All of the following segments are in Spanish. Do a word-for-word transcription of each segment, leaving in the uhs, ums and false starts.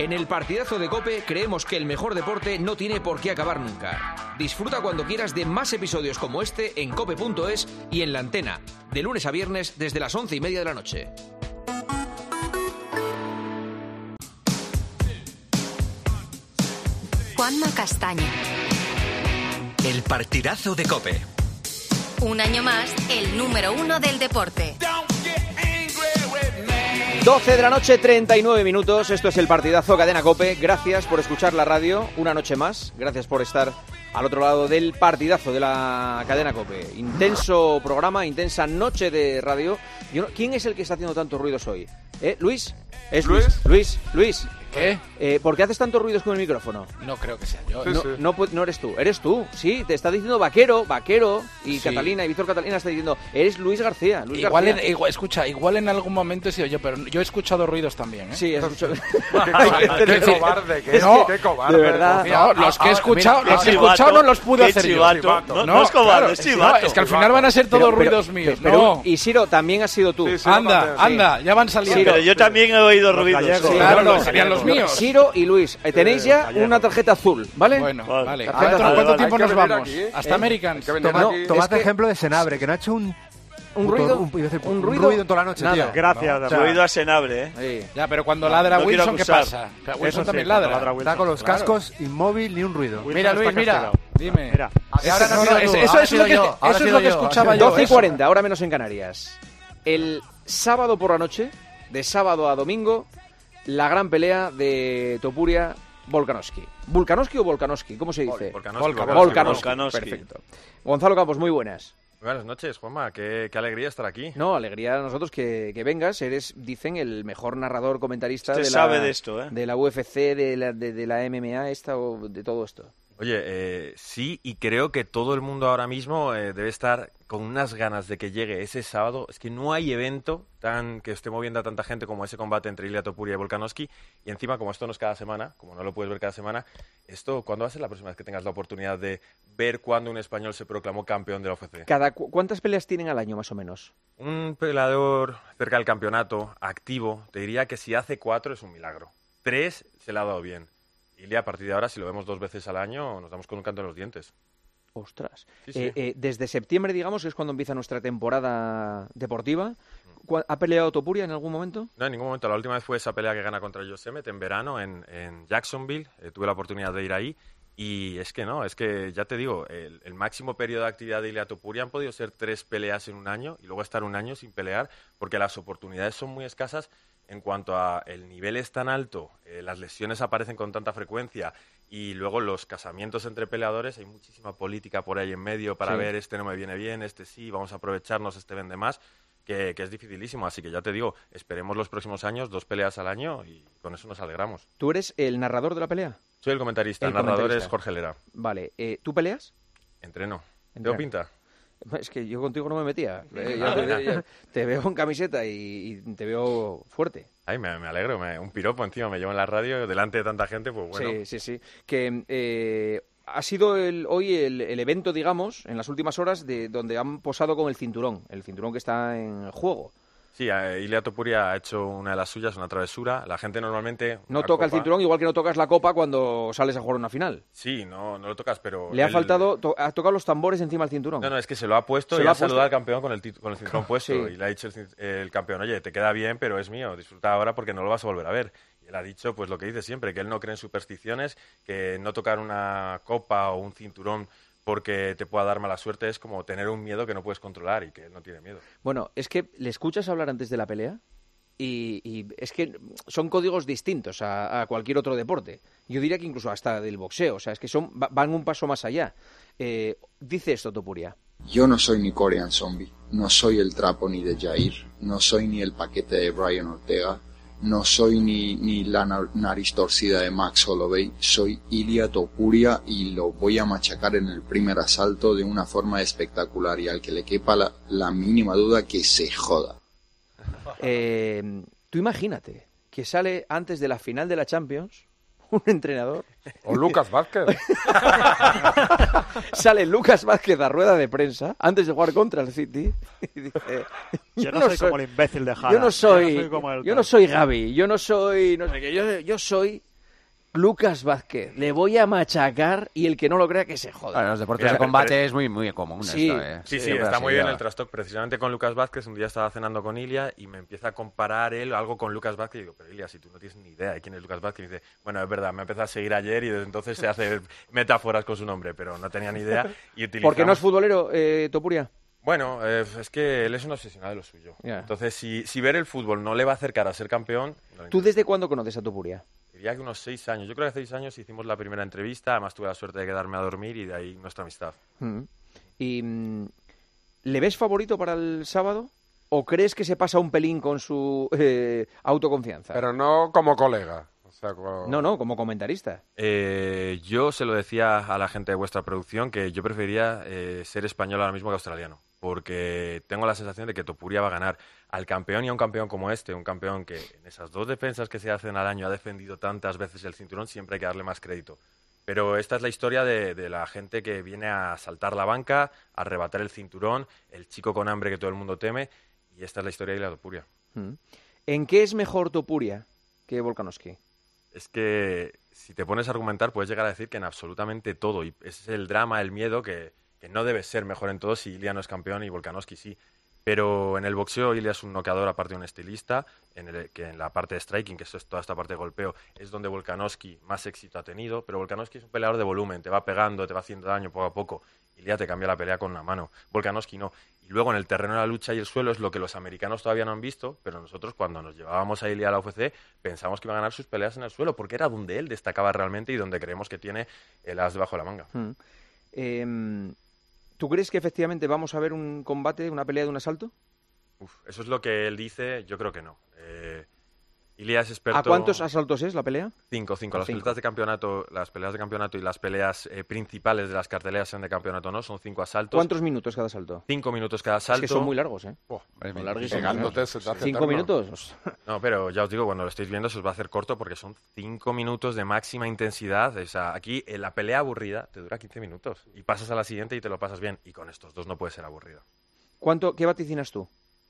En el partidazo de COPE creemos que el mejor deporte no tiene por qué acabar nunca. Disfruta cuando quieras de más episodios como este en cope punto es y en la antena, de lunes a viernes desde las once y media de la noche. Juanma Castaño. El partidazo de COPE. Un año más, el número uno del deporte. doce de la noche, treinta y nueve minutos. Esto es el partidazo Cadena COPE. Gracias por escuchar la radio una noche más. Gracias por estar al otro lado del partidazo de la Cadena COPE. Intenso programa, intensa noche de radio. Yo no, ¿quién es el que está haciendo tantos ruidos hoy? ¿Eh? ¿Luis? ¿Es Luis? Luis, Luis. Luis. ¿Qué? Eh, ¿Por qué haces tantos ruidos con el micrófono? No creo que sea yo. No, Sí, no, sí. no, no eres tú, eres tú. Sí, te está diciendo Vaquero, Vaquero y Sí. Catalina y Víctor Catalina está diciendo, eres Luis García. Luis Igual, García. en, igual, escucha, igual en algún momento he sido yo, pero yo he escuchado ruidos también, ¿eh? Sí, he escuchado. Qué cobarde, qué, No, qué cobarde. de verdad. No, los que he escuchado, mira, los que he chivato, escuchado no los pude qué hacer chivato. yo. No, no es cobarde, es chivato. No, es que al final van a ser todos Pero- pero- ruidos míos. Pero, no. y Ciro, también has sido tú. Sí, sí. Anda, también, anda, ya van saliendo. Pero yo también he oído ruidos. gallegos. Sí. Claro, no, no, serían los míos. Ciro y Luis, eh, tenéis ya gallego. una tarjeta azul, ¿vale? Bueno, Vale. vale. Vale, ¿Cuánto, vale, cuánto vale. tiempo Hay que nos venir vamos? aquí, ¿eh? Hasta ¿Eh? American. Hay que venir No, aquí. es Tomad que- ejemplo de Senabre, que no ha hecho un, Un puto- ruido, un, iba a decir, un un ruido, ruido en toda la noche, nada. tío. Gracias, O sea, Ruido a Senabre, ¿eh? Sí. Ya, pero cuando ladra no quiero Wilson, ¿qué acusar. pasa? Wilson Eso también sí, ladra. cuando ladra Wilson. Está con los Claro. cascos, inmóvil, ni un ruido. Wilson Mira, está Luis, mira. castigado. Dime. Mira. Y ahora no No, has no, sido es- tú, eso ahora es he lo sido que- yo, eso ahora es he lo sido que yo. escuchaba yo. doce y eso. cuarenta, ahora menos en Canarias. El sábado por la noche, de sábado a domingo, la gran pelea de Topuria Volkanovski. ¿Volkanovski o Volkanovski? ¿Cómo se dice? Volkanovski, Volkanovski. Volkanovski. Volkanovski. Perfecto. Gonzalo Campos, muy buenas. Buenas noches, Juanma. Qué, qué alegría estar aquí. No, alegría a nosotros que, que vengas. Eres, dicen, el mejor narrador comentarista Usted de la, sabe de esto, ¿eh? de la U F C, de la, de, de la M M A esta o de todo esto. Oye, eh, sí, y creo que todo el mundo ahora mismo eh, debe estar con unas ganas de que llegue ese sábado. Es que no hay evento tan que esté moviendo a tanta gente como ese combate entre Ilia Topuria y Volkanovski. Y encima, como esto no es cada semana, como no lo puedes ver cada semana, esto, ¿cuándo va a ser la próxima vez que tengas la oportunidad de ver cuándo un español se proclamó campeón de la U F C? Cada, cu- ¿Cuántas peleas tienen al año, más o menos? Un peleador cerca del campeonato, activo, te diría que si hace cuatro es un milagro. Tres se le ha dado bien. Ilia, a partir de ahora, si lo vemos dos veces al año, nos damos con un canto en los dientes. Ostras. Sí, sí. Eh, eh, desde septiembre, digamos, que es cuando empieza nuestra temporada deportiva. ¿Cu- ¿Ha peleado Topuria en algún momento? No, en ningún momento. La última vez fue esa pelea que gana contra Josh Emmett en verano en, en Jacksonville. Eh, tuve la oportunidad de ir ahí. Y es que no, es que ya te digo, el, el máximo periodo de actividad de Ilia Topuria han podido ser tres peleas en un año y luego estar un año sin pelear porque las oportunidades son muy escasas en cuanto a el nivel es tan alto, eh, las lesiones aparecen con tanta frecuencia y luego los casamientos entre peleadores, hay muchísima política por ahí en medio para Sí. ver este no me viene bien, este sí, vamos a aprovecharnos, este vende más. Que, que es dificilísimo, así que ya te digo, esperemos los próximos años, dos peleas al año y con eso nos alegramos. ¿Tú eres el narrador de la pelea? Soy el comentarista, El el, narrador comentarista. es Jorge Lera. Vale. Eh, ¿Tú peleas? Entreno. Entreno. ¿Tengo pinta? Es que yo contigo no me metía. Eh, ya te, ya- te veo en camiseta y, y te veo fuerte. Ay, me, me alegro, me- un piropo encima, me llevo en la radio delante de tanta gente, pues bueno. Sí, sí, sí. Que eh, ha sido el, hoy el, el evento, digamos, en las últimas horas, de donde han posado con el cinturón. El cinturón que está en juego. Sí, eh, Ilia Topuria ha hecho una de las suyas, una travesura. La gente normalmente... No la toca el copa- cinturón, igual que no tocas la copa cuando sales a jugar una final. Sí, no, no lo tocas, pero... Le ha él- faltado... to- ha tocado los tambores encima del cinturón. No, no, es que se lo ha puesto Se y lo ha ha puesto. saludado al campeón con el, tit- con el cinturón puesto. Sí. Y le ha dicho el, cin- el campeón, oye, te queda bien, pero es mío, disfruta ahora porque no lo vas a volver a ver. Y él ha dicho, pues lo que dice siempre, que él no cree en supersticiones, que no tocar una copa o un cinturón porque te pueda dar mala suerte es como tener un miedo que no puedes controlar y que él no tiene miedo. Bueno, es que le escuchas hablar antes de la pelea y, y es que son códigos distintos a, a cualquier otro deporte. Yo diría que incluso hasta del boxeo. O sea, es que son va- van un paso más allá. Eh, dice esto Topuria. Yo no soy ni Korean Zombie, no soy el trapo ni de Jair, no soy ni el paquete de Brian Ortega, no soy ni, ni la nar- nariz torcida de Max Holloway, soy Ilia Topuria y lo voy a machacar en el primer asalto de una forma espectacular y al que le quepa la, la mínima duda que se joda. Eh, tú imagínate que sale antes de la final de la Champions un entrenador. O Lucas Vázquez. Sale Lucas Vázquez a rueda de prensa antes de jugar contra el City y dice, Yo no soy como el imbécil de Jara. yo no soy, Yo no soy como el yo no soy Gavi, yo no soy, no sé qué, yo, yo soy Lucas Vázquez, le voy a machacar y el que no lo crea que se joda. Claro, los deportes Mira, de combate pero- es muy, muy común. Sí. esto, eh. Sí, sí, Siempre está ha muy sido. bien el trastoc. Precisamente con Lucas Vázquez, un día estaba cenando con Ilia y me empieza a comparar él algo con Lucas Vázquez. Y digo, pero Ilia, si tú no tienes ni idea de quién es Lucas Vázquez. Y dice, bueno, es verdad, me empezó a seguir ayer y desde entonces se hace metáforas con su nombre, pero no tenía ni idea. Y utilizamos... ¿Por qué no es futbolero, eh, Topuria? Bueno, eh, es que él es un obsesionado de lo suyo. Ya. Entonces, si, si ver el fútbol no le va a acercar a ser campeón... no le ¿Tú interesa. desde cuándo conoces a Topuria? Diría que unos seis años. Yo creo que hace seis años hicimos la primera entrevista, además tuve la suerte de quedarme a dormir y de ahí nuestra amistad. Mm. ¿Y mm, le ves favorito para el sábado? ¿O crees que se pasa un pelín con su eh, autoconfianza? Pero no como colega. O sea, como... No, no, como comentarista. Eh, yo se lo decía a la gente de vuestra producción que yo prefería eh, ser español ahora mismo que australiano, porque tengo la sensación de que Topuria va a ganar al campeón y a un campeón como este, un campeón que en esas dos defensas que se hacen al año ha defendido tantas veces el cinturón, siempre hay que darle más crédito. Pero esta es la historia de, de la gente que viene a saltar la banca, a arrebatar el cinturón, el chico con hambre que todo el mundo teme, y esta es la historia de la Topuria. Mm. ¿En qué es mejor Topuria que Volkanovski? Es que si te pones a argumentar puedes llegar a decir que en absolutamente todo, y ese es el drama, el miedo, que, que no debe ser mejor en todo si Ilia no es campeón y Volkanovski sí. Pero en el boxeo Ilia es un noqueador, aparte de un estilista, en el, que en la parte de striking, que es toda esta parte de golpeo, es donde Volkanovski más éxito ha tenido, pero Volkanovski es un peleador de volumen, te va pegando, te va haciendo daño poco a poco. Ilia te cambia la pelea con una mano, Volkanovski no. Y luego en el terreno de la lucha y el suelo es lo que los americanos todavía no han visto, pero nosotros cuando nos llevábamos a Ilia a la U F C pensamos que iba a ganar sus peleas en el suelo, porque era donde él destacaba realmente y donde creemos que tiene el as debajo de la manga. Mm. Eh, ¿Tú crees que efectivamente vamos a ver un combate, una pelea de un asalto? Uf, eso es lo que él dice, yo creo que no. Eh, Ilia es experto... ¿A cuántos asaltos es la pelea? Cinco, cinco. Las Cinco. peleas de campeonato, las peleas de campeonato y las peleas eh, principales de las carteleras, sean de campeonato o no, son cinco asaltos. ¿Cuántos minutos cada asalto? Cinco minutos cada asalto. Es que son muy largos, ¿eh? Oh, Son larguísimos. pegándote se te hace ¿Cinco eterno. minutos? No, pero ya os digo, cuando lo estáis viendo se os va a hacer corto porque son cinco minutos de máxima intensidad. O sea, aquí en la pelea aburrida te dura quince minutos y pasas a la siguiente y te lo pasas bien. Y con estos dos no puede ser aburrido. ¿Cuánto, ¿Qué vaticinas tú?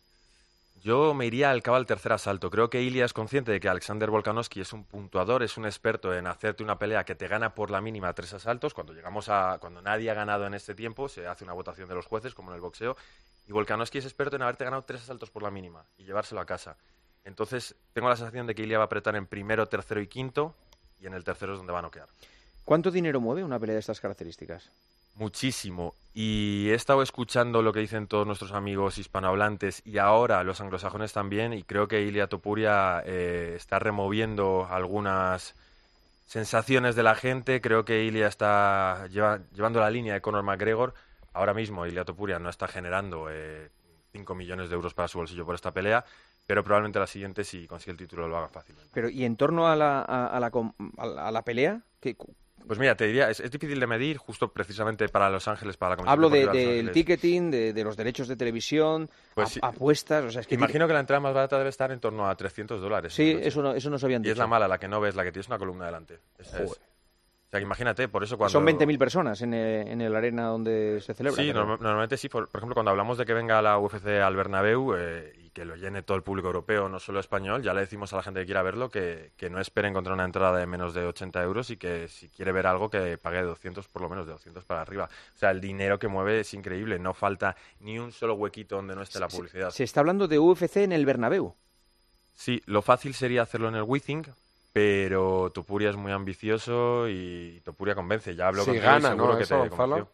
Yo me iría al cabo al tercer asalto. Creo que Ilia es consciente de que Alexander Volkanovski es un puntuador, es un experto en hacerte una pelea que te gana por la mínima tres asaltos. Cuando llegamos a cuando nadie ha ganado en este tiempo, se hace una votación de los jueces, como en el boxeo. Y Volkanovski es experto en haberte ganado tres asaltos por la mínima y llevárselo a casa. Entonces, tengo la sensación de que Ilia va a apretar en primero, tercero y quinto, y en el tercero es donde va a noquear. ¿Cuánto dinero mueve una pelea de estas características? Muchísimo. Y he estado escuchando lo que dicen todos nuestros amigos hispanohablantes y ahora los anglosajones también, y creo que Ilia Topuria eh, está removiendo algunas sensaciones de la gente. Creo que Ilia está lleva- llevando la línea de Conor McGregor. Ahora mismo Ilia Topuria no está generando eh, cinco millones de euros para su bolsillo por esta pelea, pero probablemente la siguiente, si consigue el título, lo haga fácilmente. Pero, ¿y en torno a la, a, a la, com- a la, a la pelea? ¿Qué, Pues mira, te diría, es, es difícil de medir justo precisamente para Los Ángeles, para la Comisión Hablo de- Deportiva de Los del Ángeles. ticketing, de, de los derechos de televisión, Pues a- sí. apuestas, o sea, es que... Imagino que la entrada más barata debe estar en torno a trescientos dólares. Sí, esa noche. eso no, eso nos habían Y dicho. es la mala, la que no ves, la que tienes una columna delante. Esa es. Joder. O sea, que imagínate, por eso cuando... Son veinte mil personas en el, en el arena donde se celebra. Sí, pero- norm- normalmente sí. Por, por ejemplo, cuando hablamos de que venga la U F C al Bernabéu eh, y que lo llene todo el público europeo, no solo español, ya le decimos a la gente que quiera verlo que, que no espere encontrar una entrada de menos de ochenta euros y que si quiere ver algo que pague doscientos, por lo menos de doscientos para arriba. O sea, el dinero que mueve es increíble. No falta ni un solo huequito donde no esté la publicidad. Se está hablando de U F C en el Bernabéu. Sí, lo fácil sería hacerlo en el Withing, pero Topuria es muy ambicioso y Topuria convence. Ya hablo Si con él, gana, seguro ¿no? que Eso, te Gonzalo. convenció.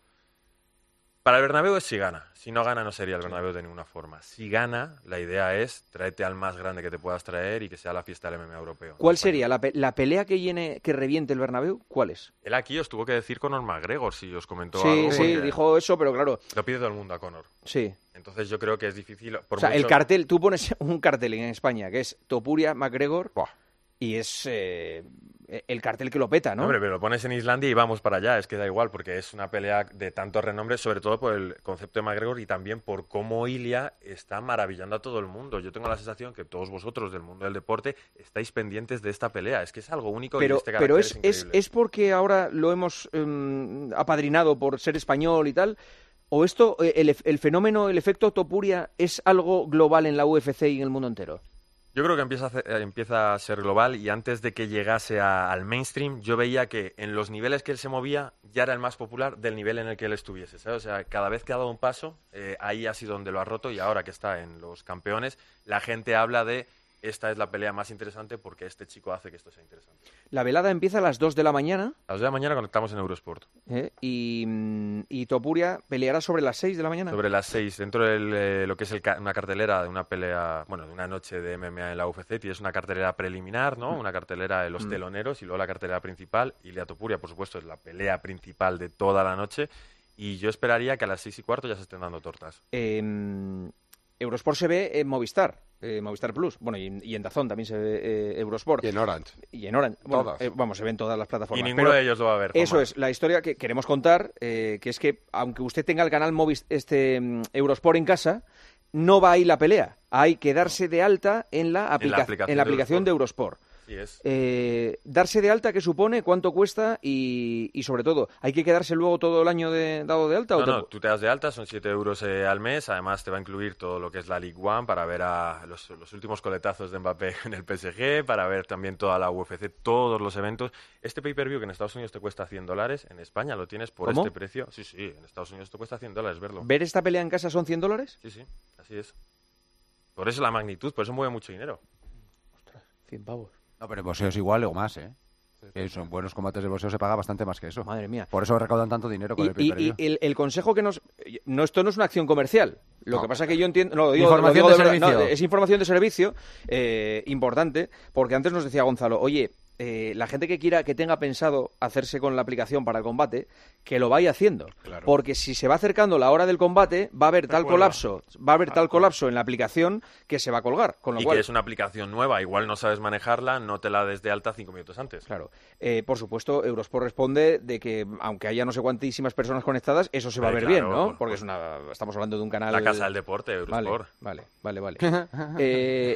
Para el Bernabéu es si gana. Si no gana no sería el Bernabéu de ninguna forma. Si gana, la idea es tráete al más grande que te puedas traer y que sea la fiesta del M M A europeo. ¿Cuál sería la, pe- la pelea que llene, que reviente el Bernabéu? ¿Cuál es? Él aquí os tuvo que decir Conor McGregor si os comentó Sí, algo. sí, porque dijo eso, pero claro, Lo pide todo el mundo a Conor. sí. Entonces yo creo que es difícil. Por O sea, el mucho- cartel, tú pones un cartel en España que es Topuria, McGregor, Buah. y es eh, el cartel que lo peta, ¿no? Hombre, pero lo pones en Islandia y vamos para allá, es que da igual, porque es una pelea de tanto renombre, sobre todo por el concepto de McGregor y también por cómo Ilia está maravillando a todo el mundo. Yo tengo la sensación que todos vosotros del mundo del deporte estáis pendientes de esta pelea, es que es algo único y pero, este pero carácter es, es, es, increíble. es porque ahora lo hemos em, apadrinado por ser español y tal, o esto, eh, el, ef- el fenómeno, el efecto Topuria, es algo global en la U F C y en el mundo entero. Yo creo que empieza a, ser, empieza a ser global y antes de que llegase a, al mainstream, yo veía que en los niveles que él se movía ya era el más popular del nivel en el que él estuviese, ¿sabes? O sea, cada vez que ha dado un paso, eh, ahí ha sido donde lo ha roto y ahora que está en los campeones, la gente habla de esta es la pelea más interesante porque este chico hace que esto sea interesante. La velada empieza a las dos de la mañana. A las dos de la mañana conectamos en Eurosport. ¿eh? Y, y Topuria peleará sobre las seis de la mañana. Sobre las seis, dentro de eh, lo que es el ca una cartelera de una pelea, bueno, de una noche de M M A en la U F C, tienes una cartelera preliminar, ¿no? Una cartelera de los mm. teloneros y luego la cartelera principal. Ilia Topuria, por supuesto, es la pelea principal de toda la noche. Y yo esperaría que a las seis y cuarto ya se estén dando tortas. Eh, Eurosport se ve en Movistar. Eh, Movistar Plus, bueno, y, y en DAZN también se ve eh, Eurosport. Y en Orange. Y en Orange. Bueno, todas. Eh, vamos, se ven todas las plataformas. Y ninguno Pero de ellos lo va a ver. Eso Juanma. es, la historia que queremos contar, eh, que es que aunque usted tenga el canal Movis, este um, Eurosport en casa, no va ahí la pelea. Hay que darse de alta en la, aplica en la aplicación, en la aplicación de Eurosport. De Eurosport. Sí es. Eh, darse de alta, ¿qué supone? ¿Cuánto cuesta? Y, y sobre todo, ¿hay que quedarse luego todo el año de, dado de alta? No, ¿o te... no, tú te das de alta, son siete euros eh, al mes. Además, te va a incluir todo lo que es la League One para ver a los, los últimos coletazos de Mbappé en el P S G, para ver también toda la U F C, todos los eventos. Este pay-per-view que en Estados Unidos te cuesta cien dólares, en España lo tienes por ¿Cómo? este precio. Sí, sí, en Estados Unidos te cuesta cien dólares verlo. ¿Ver esta pelea en casa son cien dólares? Sí, sí, así es. Por eso la magnitud, por eso mueve mucho dinero. Ostras, cien pavos. No, pero en boxeo es igual o más, ¿eh? Sí, son buenos combates de boxeo, se paga bastante más que eso. Madre mía. Por eso recaudan tanto dinero con y, el pay-per-view. Y, y el, el consejo que nos... No, esto no es una acción comercial. Lo no. que pasa es que yo entiendo... No, lo digo, información lo digo de, de servicio. verdad, no, es información de servicio eh, importante, porque antes nos decía Gonzalo, oye, eh, la gente que quiera, que tenga pensado hacerse con la aplicación para el combate, que lo vaya haciendo. Claro. Porque si se va acercando la hora del combate, va a haber tal Recuerda. colapso, va a haber tal colapso en la aplicación que se va a colgar. Con lo y cual, que es una aplicación nueva, igual no sabes manejarla, no te la des de alta cinco minutos antes. Claro. Eh, por supuesto, Eurosport responde de que, aunque haya no sé cuantísimas personas conectadas, eso se va a ver claro, bien, ¿no? por- Porque es una, estamos hablando de un canal... La casa del deporte, Vale, Eurosport. vale, vale, vale. eh,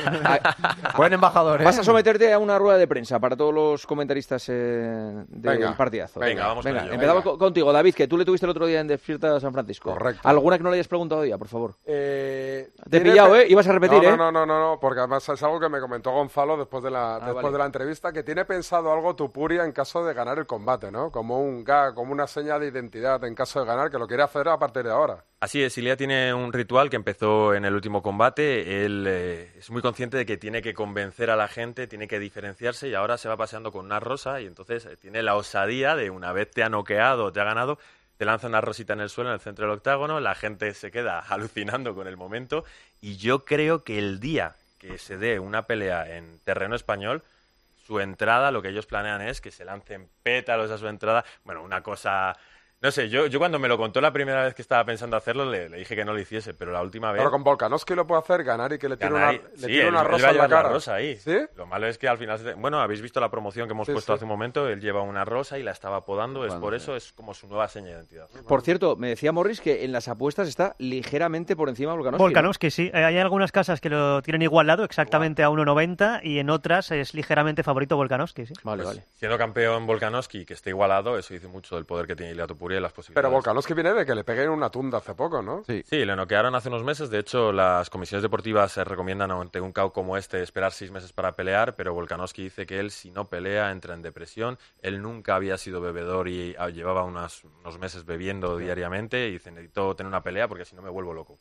a- Buen embajador, ¿eh? Vas a someterte a una rueda de prensa para todos los comentaristas eh, del Venga, partidazo. venga, vamos con ello. Empezamos Venga. co- contigo, David, que tú le tuviste el otro día en Despierta San Francisco. Correcto. ¿Alguna que no le hayas preguntado ya, por favor? Eh, Te he tiene pillado, pe- ¿eh? Ibas a repetir, no, ¿eh? No, no, no, no, porque además es algo que me comentó Gonzalo después de la, después vale. de la entrevista, que tiene pensado algo Tupuria en caso de ganar el combate, ¿no? Como un gag, como una seña de identidad en caso de ganar, que lo quiere hacer a partir de ahora. Así es, Ilia tiene un ritual que empezó en el último combate. Él eh, es muy consciente de que tiene que convencer a la gente, tiene que diferenciarse y ahora se va paseando con una rosa y entonces eh, tiene la osadía de una vez te ha noqueado, te ha ganado, te lanza una rosita en el suelo en el centro del octágono, la gente se queda alucinando con el momento y yo creo que el día que se dé una pelea en terreno español, su entrada, lo que ellos planean es que se lancen pétalos a su entrada, bueno, una cosa... No sé, yo, yo cuando me lo contó la primera vez que estaba pensando hacerlo, le, le dije que no lo hiciese, pero la última vez... Pero con Volkanovski lo puede hacer, ganar y que le tire una, Ganar le y- sí, tire él- una él rosa va a en la llevar la cara. rosa ahí. ¿Sí? Lo malo es que al final... se- Bueno, habéis visto la promoción que hemos Sí, puesto sí. hace un momento, él lleva una rosa y la estaba podando, es por eso, es como su nueva seña de identidad. Por cierto, me decía Morris que en las apuestas está ligeramente por encima de Volkanovski. ¿no? Volkanovski, sí. Eh, hay algunas casas que lo tienen igualado exactamente a uno noventa y en otras es ligeramente favorito Volkanovski, sí. Vale, Pues, vale. siendo campeón Volkanovski, que esté igualado, eso dice mucho del poder que tiene Ilia Topuria y las posibilidades. Pero Volkanovski viene de que le peguen una tunda hace poco, ¿no? Sí. Sí, le noquearon hace unos meses. De hecho, las comisiones deportivas se recomiendan ante un caos como este esperar seis meses para pelear, pero Volkanovski dice que él, si no pelea, entra en depresión. Él nunca había sido bebedor y ah, llevaba unas- unos meses bebiendo diariamente y dice, necesito tener una pelea porque si no me vuelvo loco.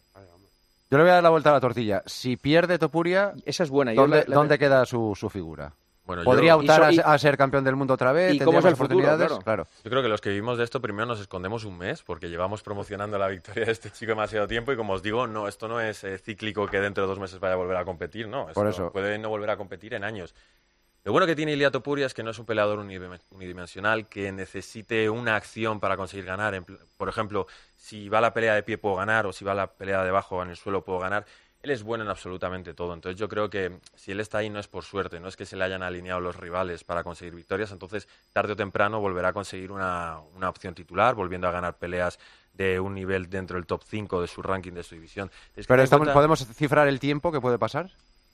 Yo le voy a dar la vuelta a la tortilla. Si pierde Topuria, Esa es buena. yo ¿dónde, la- la- ¿dónde queda su, su figura? Bueno, ¿Podría yo, optar y so- a, a ser campeón del mundo otra vez? ¿Y ¿Tendría cómo es más el futuro? oportunidades? Claro. yo creo que los que vivimos de esto primero nos escondemos un mes porque llevamos promocionando la victoria de este chico demasiado tiempo y como os digo, no, esto no es eh, cíclico que dentro de dos meses vaya a volver a competir, no. Esto Por eso. puede no volver a competir en años. Lo bueno que tiene Ilia Topuria es que no es un peleador unidim- unidimensional que necesite una acción para conseguir ganar. En pl- Por ejemplo, si va a la pelea de pie puedo ganar o si va a la pelea de abajo en el suelo puedo ganar. Él es bueno en absolutamente todo. Entonces yo creo que si él está ahí no es por suerte, no es que se le hayan alineado los rivales para conseguir victorias. Entonces tarde o temprano volverá a conseguir una, una opción titular, volviendo a ganar peleas de un nivel dentro del top cinco de su ranking, de su división. Es que Pero ten en estamos, cuenta- ¿podemos cifrar el tiempo que puede pasar?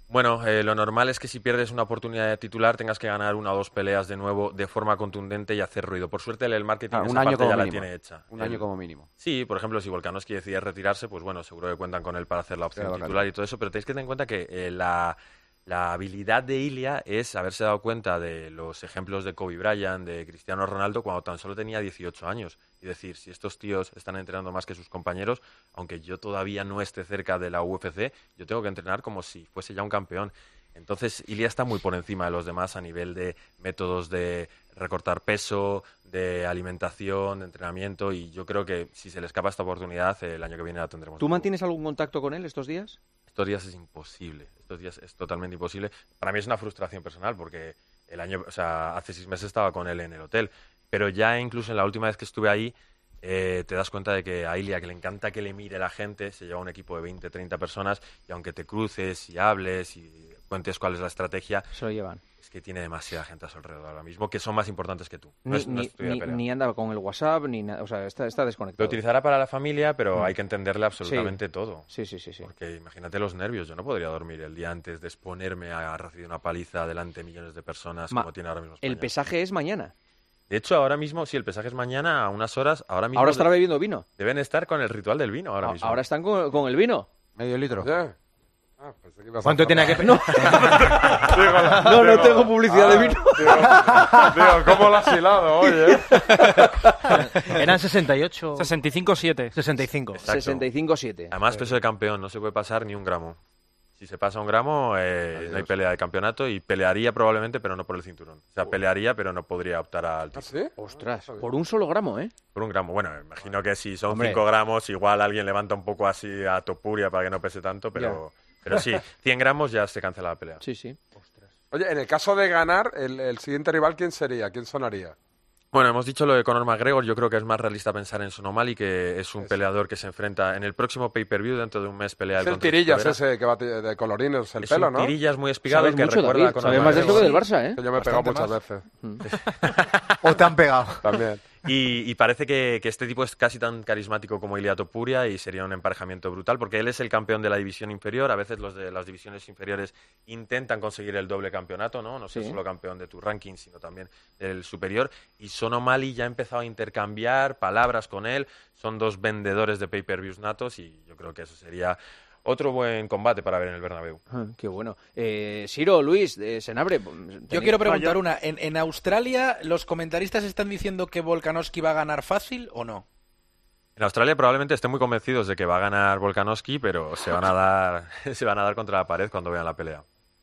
Bueno, eh, lo normal es que si pierdes una oportunidad de titular tengas que ganar una o dos peleas de nuevo de forma contundente y hacer ruido. Por suerte el marketing Ah, esa un año parte como ya la mínimo. tiene hecha. Un El- año como mínimo. Sí, por ejemplo, si Volkanovski decide retirarse, pues bueno, seguro que cuentan con él para hacer la opción Claro, titular claro. y todo eso, pero tenéis que tener en cuenta que eh, la, la habilidad de Ilia es haberse dado cuenta de los ejemplos de Kobe Bryant, de Cristiano Ronaldo, cuando tan solo tenía dieciocho años. Y decir, si estos tíos están entrenando más que sus compañeros, aunque yo todavía no esté cerca de la U F C, yo tengo que entrenar como si fuese ya un campeón. Entonces, Ilia está muy por encima de los demás a nivel de métodos de recortar peso, de alimentación, de entrenamiento, y yo creo que si se le escapa esta oportunidad, el año que viene la tendremos. ¿Tú mantienes algún contacto con él estos días? Estos días es imposible, estos días es totalmente imposible. Para mí es una frustración personal porque el año, o sea, hace seis meses estaba con él en el hotel, pero ya incluso en la última vez que estuve ahí, eh, te das cuenta de que a Ilia, que le encanta que le mire la gente, se lleva un equipo de veinte, treinta personas y aunque te cruces y hables y cuentes cuál es la estrategia, se lo llevan. Es que tiene demasiada gente a su alrededor ahora mismo que son más importantes que tú. No Ni, es- no ni, es tu idea de ni- pelea. ni anda con el WhatsApp, ni nada. O sea, está, está Lo desconectado. utilizará para la familia, pero Mm. hay que entenderle absolutamente Sí. todo. Sí, sí, sí, sí. Porque imagínate los nervios. Yo no podría dormir el día antes de exponerme a recibir una paliza delante de millones de personas Ma- como tiene ahora mismo El España. pesaje es mañana. De hecho, ahora mismo, sí, el pesaje es mañana a unas horas. Ahora mismo Ahora estará de- bebiendo vino. deben estar con el ritual del vino ahora A- mismo. Ahora están con, con el vino. Medio litro. Oye. Ah, pensé que ibas a ¿Cuánto hacer- tiene que pe- No, Digo, no, no digo, tengo publicidad de ah, vino. Digo, digo, ¿cómo lo has hilado hoy, eh? Eran sesenta y ocho. sesenta y cinco siete. sesenta y cinco. Exacto. sesenta y cinco siete. Además, peso de campeón, no se puede pasar ni un gramo. Si se pasa un gramo, eh, no hay pelea de campeonato y pelearía probablemente, pero no por el cinturón. O sea, pelearía, pero no podría optar al ¿Ah, título. sí? Ostras, por un solo gramo, ¿eh? Por un gramo. Bueno, imagino que si son Hombre. cinco gramos, igual alguien levanta un poco así a Topuria para que no pese tanto, pero, pero sí, cien gramos ya se cancela la pelea. Sí, sí. Oye, en el caso de ganar, el, el siguiente rival, ¿quién sería? ¿Quién sonaría? Bueno, hemos dicho lo de Conor McGregor. Yo creo que es más realista pensar en Sean O'Malley, que es un peleador que se enfrenta en el próximo pay-per-view. Dentro de un mes pelea Es el el contra tirillas Figueroa. ese que va t- de colorines el Es pelo, un ¿no? tirillas muy espigado Sabes que mucho, recuerda David. a Conor Sabes más de esto McGregor. que del Barça, ¿eh? Que yo me he pegado Bastante muchas veces. O te han pegado. También. Y, y parece que, que este tipo es casi tan carismático como Ilia Topuria y sería un emparejamiento brutal porque él es el campeón de la división inferior. A veces los de las divisiones inferiores intentan conseguir el doble campeonato, ¿no? No ser Sí. solo campeón de tu ranking, sino también del superior. Y Sean O'Malley ya ha empezado a intercambiar palabras con él. Son dos vendedores de pay-per-views natos y yo creo que eso sería otro buen combate para ver en el Bernabéu. Ah, qué bueno. Eh, Siro, Luis, eh, Senabre. Yo quiero preguntar una. ¿En, en Australia los comentaristas están diciendo que Volkanovski va a ganar fácil o no? En Australia probablemente estén muy convencidos de que va a ganar Volkanovski, pero se van a dar, se van a dar contra la pared cuando vean la pelea.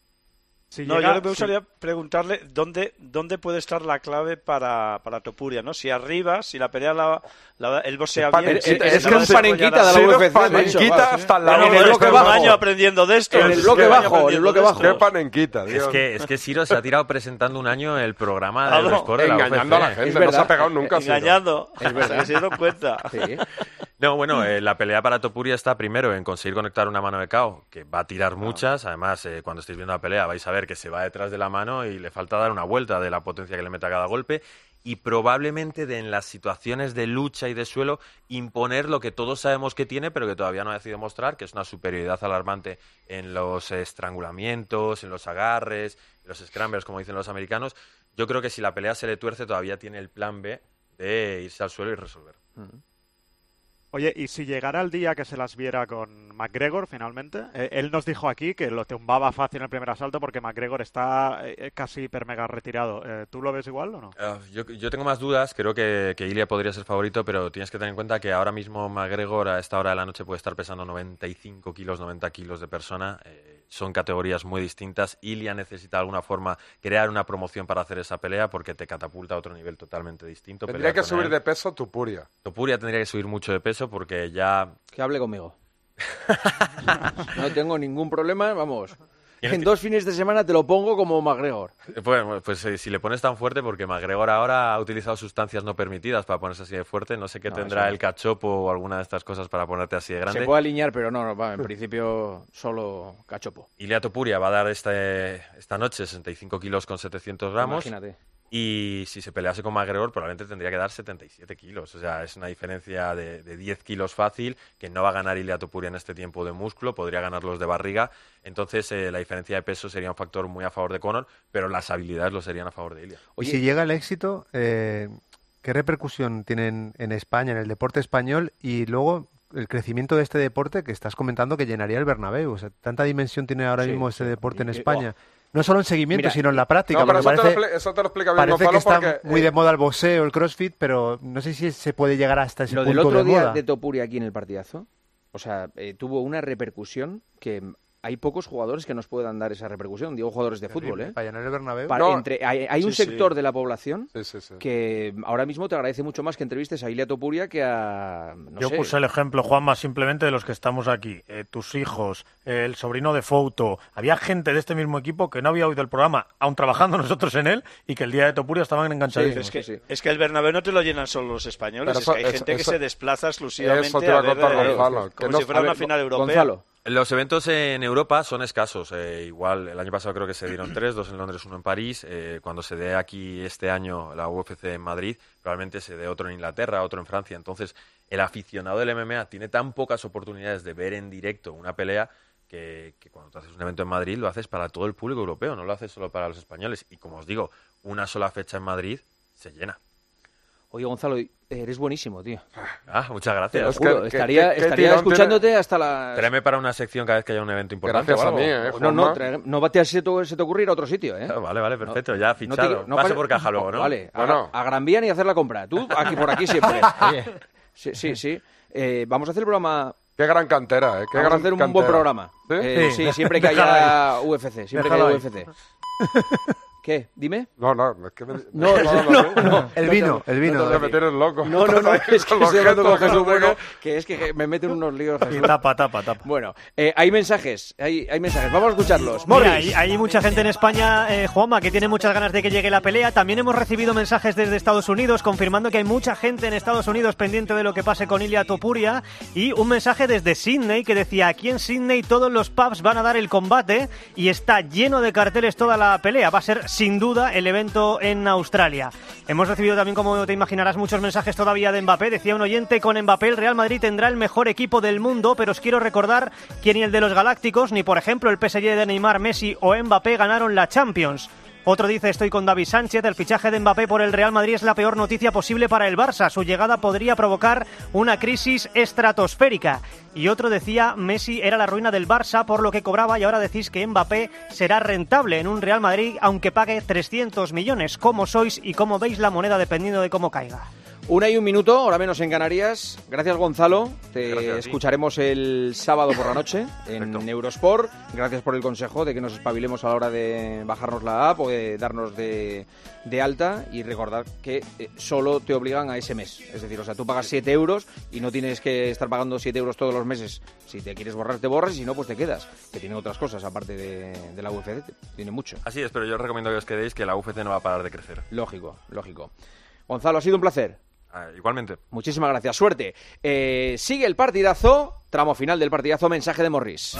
Si no, llega- yo me gustaría preguntarle dónde, dónde puede estar la clave para, para Topuria, ¿no? Si arriba, si la pelea la, la- él boxea Es bien. panenquita, si- es si que la es va a panenquita desarrollar de la así. U F C, panenquita macho. hasta el Bueno, lado. pero En el estoy bloque un bajo. año aprendiendo de esto. En el Es bloque que bajo, año en el aprendiendo bloque de bajo. esto. Qué panenquita, Es Dios. que, es que Siro se ha tirado presentando un año el programa Claro, del score de la engañando U F C. a la gente, Es no verdad. se ha pegado nunca. Siro. Engañando. Es verdad. Se dieron cuenta. Sí. No, bueno, eh, la pelea para Topuria está primero en conseguir conectar una mano de K O, que va a tirar muchas. Además, eh, cuando estéis viendo la pelea vais a ver que se va detrás de la mano y le falta dar una vuelta de la potencia que le mete a cada golpe. Y probablemente de en las situaciones de lucha y de suelo imponer lo que todos sabemos que tiene, pero que todavía no ha decidido mostrar, que es una superioridad alarmante en los estrangulamientos, en los agarres, en los scrambles, como dicen los americanos. Yo creo que si la pelea se le tuerce, todavía tiene el plan B de irse al suelo y resolver. Oye, y si llegara el día que se las viera con McGregor finalmente, eh, él nos dijo aquí que lo tumbaba fácil en el primer asalto porque McGregor está eh, casi hiper mega retirado. Eh, ¿Tú lo ves igual o no? Uh, yo, yo tengo más dudas, creo que, que Ilia podría ser favorito, pero tienes que tener en cuenta que ahora mismo McGregor a esta hora de la noche puede estar pesando noventa y cinco kilos, noventa kilos de persona. Eh, son categorías muy distintas. Ilia necesita de alguna forma crear una promoción para hacer esa pelea porque te catapulta a otro nivel totalmente distinto. Tendría pelear que con subir él. de peso Topuria. Topuria tendría que subir mucho de peso porque ya... Que hable conmigo. No tengo ningún problema, vamos. Tienes En que- dos fines de semana te lo pongo como McGregor. Bueno, pues eh, si le pones tan fuerte, porque McGregor ahora ha utilizado sustancias no permitidas para ponerse así de fuerte, no sé qué No, tendrá eso no. el cachopo o alguna de estas cosas para ponerte así de grande. Se puede alinear, pero no, no va, en principio solo cachopo. Ilia Topuria va a dar este, esta noche sesenta y cinco kilos con setecientos gramos. Imagínate. Y si se pelease con McGregor, probablemente tendría que dar setenta y siete kilos. O sea, es una diferencia de, de diez kilos fácil, que no va a ganar Ilia Topuria en este tiempo de músculo, podría ganar los de barriga. Entonces, eh, la diferencia de peso sería un factor muy a favor de Conor, pero las habilidades lo serían a favor de Ilia. Y si llega el éxito, eh, ¿qué repercusión tienen en España, en el deporte español? Y luego el crecimiento de este deporte que estás comentando que llenaría el Bernabéu. O sea, tanta dimensión tiene ahora Sí, mismo ese sí. deporte en Y- España. oh. No solo en seguimiento, Mira, sino en la práctica. No, pero porque eso, te lo parece, expli- eso te lo explica bien parece que Gonzalo, está porque, muy eh, de moda el boxeo, el crossfit, pero no sé si se puede llegar hasta ese Lo del punto otro de día moda. de Topuria aquí en el partidazo, o sea, eh, tuvo una repercusión que hay pocos jugadores que nos puedan dar esa repercusión. Digo, jugadores de fútbol, ¿eh? Para llenar el Bernabéu. Para- No. entre- hay hay un Sí, sí. sector de la población Sí, sí, sí. que ahora mismo te agradece mucho más que entrevistes a Ilia Topuria que a... No Yo sé. puse el ejemplo, Juanma, simplemente de los que estamos aquí. Eh, tus hijos, eh, el sobrino de Fouto. Había gente de este mismo equipo que no había oído el programa, aún trabajando nosotros en él, y que el día de Topuria estaban enganchadísimos. es, que, es que el Bernabéu no te lo llenan solo los españoles, Pero es eso- que hay eso- gente que eso- se desplaza exclusivamente eso te iba a a ver, contar, eh, Gonzalo, que como no- si fuera a una ver, final europea. Gonzalo. Los eventos en Europa son escasos. Eh, igual, el año pasado creo que se dieron tres, dos en Londres, uno en París. Eh, cuando se dé aquí este año la U F C en Madrid, probablemente se dé otro en Inglaterra, otro en Francia. Entonces, el aficionado del M M A tiene tan pocas oportunidades de ver en directo una pelea que, que cuando te haces un evento en Madrid lo haces para todo el público europeo, no lo haces solo para los españoles. Y como os digo, una sola fecha en Madrid se llena. Oye, Gonzalo, eres buenísimo, tío. Ah, muchas Te gracias. lo juro, estaría, estaría escuchándote hasta la... Tráeme para una sección cada vez que haya un evento importante. Gracias o a algo. mí, ¿eh, No, no, traer- no te, se, te, se te ocurre ir a otro sitio, ¿eh? Ah, vale, vale, perfecto, No, ya no te- fichado. no Pase pare- por caja luego, ¿no? Vale, a, Bueno. a Gran Vía ni hacer la compra. Tú, aquí por aquí siempre. Sí, sí, sí. Eh, vamos a hacer el programa... Qué gran cantera, ¿eh? Qué Vamos gran a hacer un cantera. buen programa. ¿Sí? Eh, Sí. sí, siempre que Déjalo haya ahí. U F C. Siempre Déjalo que ahí. haya U F C. ¿Qué? Dime. No, no, es que me... No, no, no, no. El vino, el vino. No te me tienes loco. No, no, no, es que Con los estoy hablando con gestos, Jesús no sé Bueno, qué. que es que me meten unos líos. Y Jesús. tapa, tapa, tapa. Bueno, eh, hay mensajes, hay, hay mensajes. Vamos a escucharlos. Mira, Morris. hay, hay mucha gente en España, eh, Juanma, que tiene muchas ganas de que llegue la pelea. También hemos recibido mensajes desde Estados Unidos confirmando que hay mucha gente en Estados Unidos pendiente de lo que pase con Ilia Topuria. Y un mensaje desde Sydney que decía: aquí en Sydney todos los pubs van a dar el combate y está lleno de carteles toda la pelea. Va a ser sin duda el evento en Australia. Hemos recibido también, como te imaginarás, muchos mensajes todavía de Mbappé. Decía un oyente: con Mbappé el Real Madrid tendrá el mejor equipo del mundo, pero os quiero recordar que ni el de los Galácticos, ni por ejemplo el P S G de Neymar, Messi o Mbappé ganaron la Champions. Otro dice: estoy con David Sánchez, el fichaje de Mbappé por el Real Madrid es la peor noticia posible para el Barça. Su llegada podría provocar una crisis estratosférica. Y otro decía: Messi era la ruina del Barça por lo que cobraba, y ahora decís que Mbappé será rentable en un Real Madrid aunque pague trescientos millones. ¿Cómo sois y cómo veis la moneda dependiendo de cómo caiga? Una y un minuto, ahora menos en Canarias. Gracias, Gonzalo. Te Gracias a ti. escucharemos el sábado por la noche en Eurosport. Gracias por el consejo de que nos espabilemos a la hora de bajarnos la app o de darnos de, de alta. Y recordad que eh, solo te obligan a ese mes. Es decir, o sea, tú pagas siete euros y no tienes que estar pagando siete euros todos los meses. Si te quieres borrar, te borras, y si no, pues te quedas. Que tiene otras cosas, aparte de, de la U F C. Tiene mucho. Así es, pero yo os recomiendo que os quedéis, que la U F C no va a parar de crecer. Lógico, lógico. Gonzalo, ha sido un placer. Ah, igualmente. Muchísimas gracias, suerte. Eh, sigue el partidazo, tramo final del partidazo, mensaje de Morris.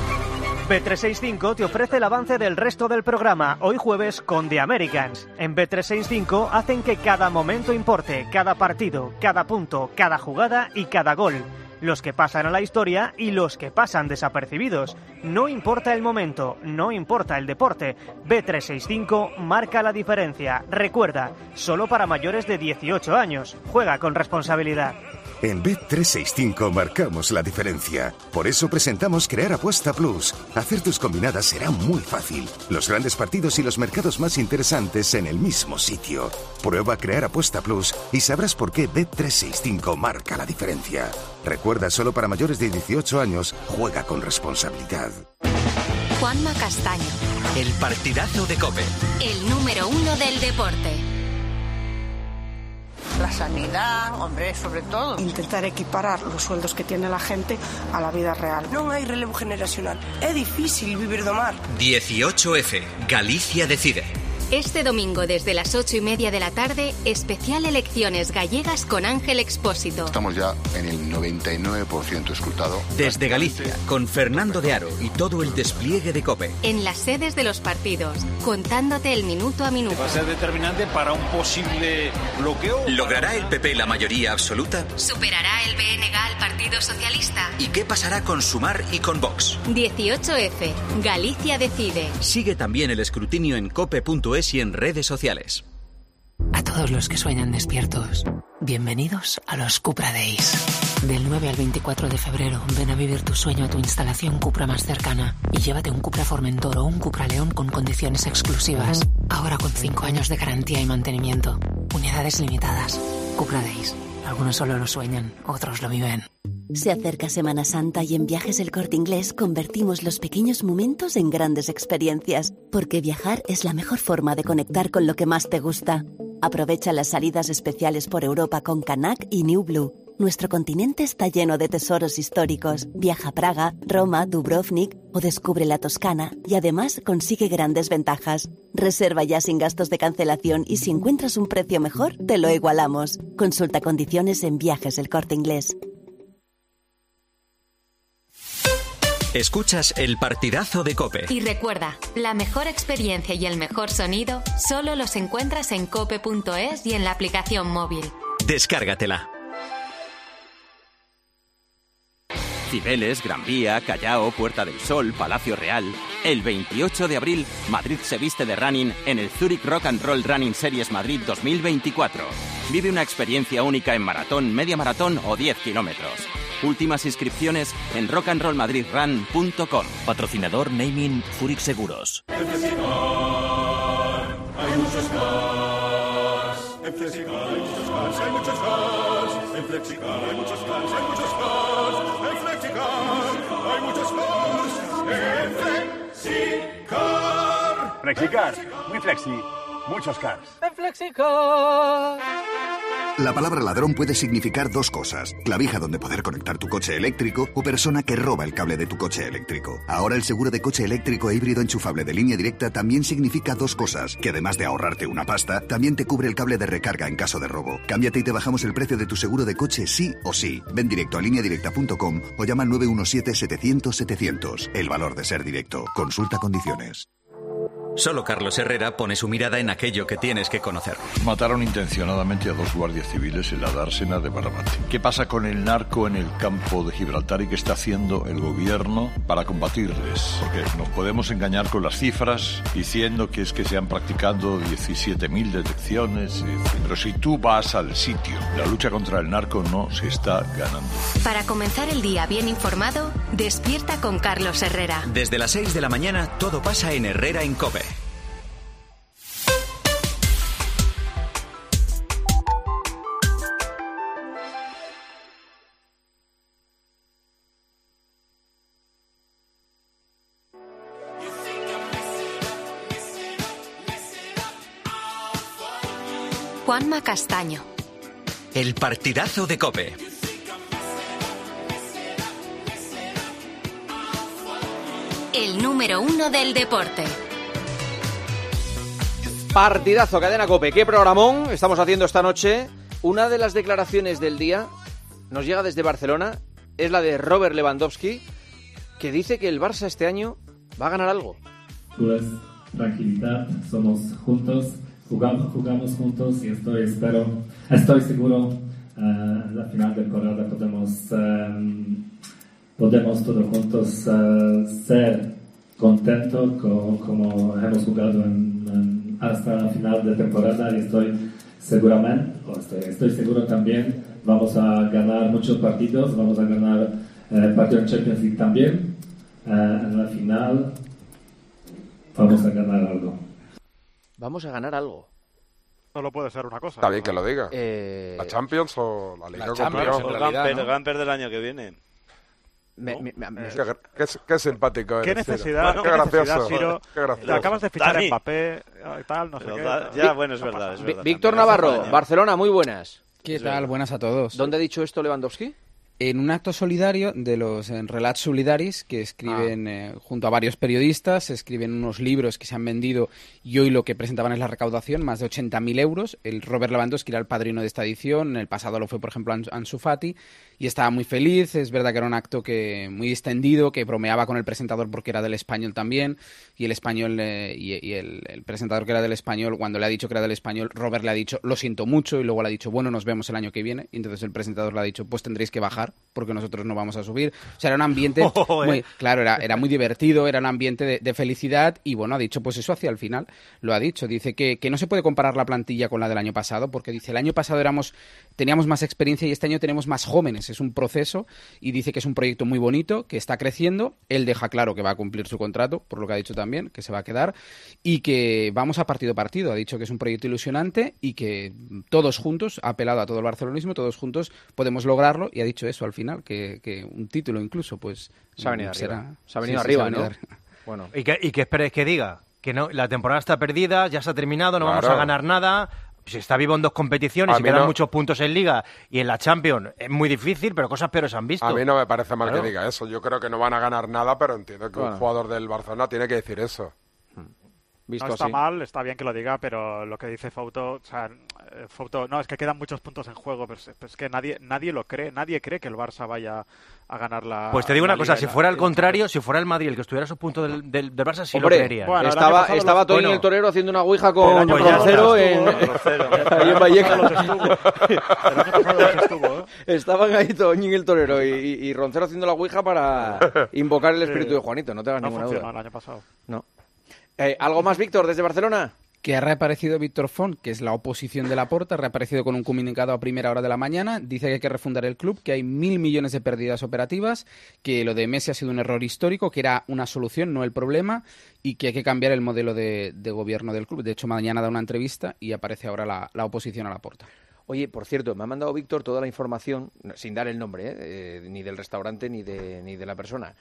B trescientos sesenta y cinco te ofrece el avance del resto del programa, hoy jueves con The Americans. En B trescientos sesenta y cinco hacen que cada momento importe, cada partido, cada punto, cada jugada y cada gol. Los que pasan a la historia y los que pasan desapercibidos. No importa el momento, no importa el deporte. B trescientos sesenta y cinco marca la diferencia. Recuerda, solo para mayores de dieciocho años. Juega con responsabilidad. En Bet trescientos sesenta y cinco marcamos la diferencia. Por eso presentamos Crear Apuesta Plus. Hacer tus combinadas será muy fácil. Los grandes partidos y los mercados más interesantes en el mismo sitio. Prueba Crear Apuesta Plus y sabrás por qué Bet trescientos sesenta y cinco marca la diferencia. Recuerda, solo para mayores de dieciocho años, juega con responsabilidad. Juanma Castaño, El partidazo de COPE. el número uno del deporte. La sanidad, hombre, sobre todo. Intentar equiparar los sueldos que tiene la gente a la vida real. Non hai relevo generacional. É difícil vivir do mar. dieciocho F. Galicia decide. Este domingo desde las ocho y media de la tarde, especial Elecciones Gallegas con Ángel Expósito. Estamos ya en el noventa y nueve por ciento escrutado. Desde Galicia, con Fernando de Aro y todo el despliegue de COPE. En las sedes de los partidos, contándote el minuto a minuto. Va a ser determinante para un posible bloqueo. ¿Logrará el P P la mayoría absoluta? ¿Superará el B N G al Partido Socialista? ¿Y qué pasará con Sumar y con Vox? dieciocho efe. Galicia decide. Sigue también el escrutinio en cope punto es y en redes sociales. A todos los que sueñan despiertos, bienvenidos a los Cupra Days. Del nueve al veinticuatro de febrero, ven a vivir tu sueño a tu instalación Cupra más cercana y llévate un Cupra Formentor o un Cupra León con condiciones exclusivas. Ahora con cinco años de garantía y mantenimiento. Unidades limitadas. Cupra Days. Algunos solo lo sueñan, otros lo viven. Se acerca Semana Santa y en Viajes El Corte Inglés convertimos los pequeños momentos en grandes experiencias, porque viajar es la mejor forma de conectar con lo que más te gusta. Aprovecha las salidas especiales por Europa con Canac y New Blue. Nuestro continente está lleno de tesoros históricos. Viaja a Praga, Roma, Dubrovnik o descubre la Toscana y además consigue grandes ventajas. Reserva ya sin gastos de cancelación y si encuentras un precio mejor, te lo igualamos. Consulta condiciones en Viajes El Corte Inglés. Escuchas el partidazo de COPE. Y recuerda, la mejor experiencia y el mejor sonido solo los encuentras en cope punto es y en la aplicación móvil. Descárgatela. Cibeles, Gran Vía, Callao, Puerta del Sol, Palacio Real. El veintiocho de abril, Madrid se viste de running en el Zurich Rock and Roll Running Series Madrid dos mil veinticuatro. Vive una experiencia única en maratón, media maratón o diez kilómetros. Últimas inscripciones en rock and roll madrid run punto com. Patrocinador Naming Zurich Seguros. En Flexicar hay muchos cars. En Flexicar hay muchos cars, hay muchos cars. En Flexicar hay muchos cars, hay muchos cars. En Flexicar hay muchos cars. En Flexicar. Flexicar, muy flexi, muchos cars. En Flexicar. La palabra ladrón puede significar dos cosas: clavija donde poder conectar tu coche eléctrico o persona que roba el cable de tu coche eléctrico. Ahora el seguro de coche eléctrico e híbrido enchufable de Línea Directa también significa dos cosas, que además de ahorrarte una pasta, también te cubre el cable de recarga en caso de robo. Cámbiate y te bajamos el precio de tu seguro de coche sí o sí. Ven directo a línea directa punto com o llama al nueve uno siete, setecientos, setecientos. El valor de ser directo. Consulta condiciones. Solo Carlos Herrera pone su mirada en aquello que tienes que conocer. Mataron intencionadamente a dos guardias civiles en la dársena de Barbate. ¿Qué pasa con el narco en el campo de Gibraltar y qué está haciendo el gobierno para combatirles? Porque nos podemos engañar con las cifras diciendo que es que se han practicado diecisiete mil detecciones, pero si tú vas al sitio, la lucha contra el narco no se está ganando. Para comenzar el día bien informado, despierta con Carlos Herrera. Desde las seis de la mañana todo pasa en Herrera en COPE. Juanma Castaño. El partidazo de COPE. El número uno del deporte. Partidazo, Cadena COPE. ¿Qué programón estamos haciendo esta noche? Una de las declaraciones del día nos llega desde Barcelona. Es la de Robert Lewandowski, que dice que el Barça este año va a ganar algo. Pues tranquilidad, somos juntos. Jugamos, jugamos juntos y estoy, espero, estoy seguro uh, en la final de temporada podemos, um, podemos todos juntos uh, ser contentos co- como hemos jugado en, en, hasta la final de temporada y estoy seguramente, o estoy, estoy seguro también, vamos a ganar muchos partidos, vamos a ganar uh, partido en Champions League también, uh, en la final vamos a ganar algo. Vamos a ganar algo. Solo puede ser una cosa. Está bien que lo diga. Eh... ¿La Champions o la Liga? La Champions, o el Gamper, el Gamper del año que viene. Me, me, me, me... Qué, qué, qué simpático ¿Qué eres, necesidad? Ciro. ¿Qué Qué gracioso. necesidad, Ciro? Qué gracioso. Acabas de fichar Dani. a Mbappé y tal, no sé Pero qué. da, ya, bueno, es verdad, es verdad. Víctor Navarro, Barcelona, muy buenas. ¿Qué tal? Buenas a todos. ¿Dónde ha dicho esto Lewandowski? en un acto solidario de los en Relats Solidaris, que escriben ah. eh, junto a varios periodistas, escriben unos libros que se han vendido y hoy lo que presentaban es la recaudación, más de ochenta mil euros. El Robert Lewandowski era el padrino de esta edición, en el pasado lo fue, por ejemplo, Ansu Fati, y estaba muy feliz. Es verdad que era un acto que muy extendido, que bromeaba con el presentador porque era del Español también, y el Español eh, y, y el, el presentador que era del Español, cuando le ha dicho que era del Español, Robert le ha dicho, lo siento mucho, y luego le ha dicho, bueno, nos vemos el año que viene, y entonces el presentador le ha dicho, pues tendréis que bajar, porque nosotros no vamos a subir. O sea, era un ambiente oh, muy, eh. claro, era, era muy divertido, era un ambiente de, de felicidad, y bueno, ha dicho pues eso hacia el final, lo ha dicho, dice que, que no se puede comparar la plantilla con la del año pasado, porque dice, el año pasado éramos, teníamos más experiencia y este año tenemos más jóvenes, es un proceso, y dice que es un proyecto muy bonito, que está creciendo, él deja claro que va a cumplir su contrato, por lo que ha dicho también, que se va a quedar, y que vamos a partido a partido, ha dicho que es un proyecto ilusionante y que todos juntos, ha apelado a todo el barcelonismo, todos juntos podemos lograrlo, y ha dicho eso al final, que, que un título incluso, pues se ha venido será... arriba, se ha venido sí, arriba, sí, ¿no? Arriba. Bueno. ¿Y qué, y qué esperes que diga? Que no, la temporada está perdida, ya se ha terminado, no claro. vamos a ganar nada. Si está vivo en dos competiciones a y quedan no. muchos puntos en Liga y en la Champions, es muy difícil, pero cosas peores han visto. A mí no me parece mal claro. que diga eso. Yo creo que no van a ganar nada, pero entiendo que bueno. un jugador del Barcelona tiene que decir eso. Visto no está así. mal, está bien que lo diga, pero lo que dice Fouto, o sea, Fouto, no, es que quedan muchos puntos en juego, pero es, pero es que nadie nadie lo cree, nadie cree que el Barça vaya a ganar la Pues te digo una cosa, si la, fuera al la, contrario, si fuera el Madrid el que estuviera a esos puntos del, del, del Barça, sí Hombre, lo creería. Bueno, estaba estaba los... Toñi bueno, el Torero haciendo una ouija con pues Roncero en, ahí en Vallecas. Estaban ahí Toñi el Torero y, y, y Roncero haciendo la ouija para invocar el espíritu sí. de Juanito, no te hagas no ninguna funcionó duda. El año pasado. No. Eh, ¿Algo más, Víctor, desde Barcelona? Que ha reaparecido Víctor Font, que es la oposición de Laporta, ha reaparecido con un comunicado a primera hora de la mañana, dice que hay que refundar el club, que hay mil millones de pérdidas operativas, que lo de Messi ha sido un error histórico, que era una solución, no el problema, y que hay que cambiar el modelo de, de gobierno del club. De hecho, mañana da una entrevista y aparece ahora la, la oposición a Laporta. Oye, por cierto, me ha mandado Víctor toda la información, sin dar el nombre, ¿eh? Eh, ni del restaurante ni de, ni de la persona,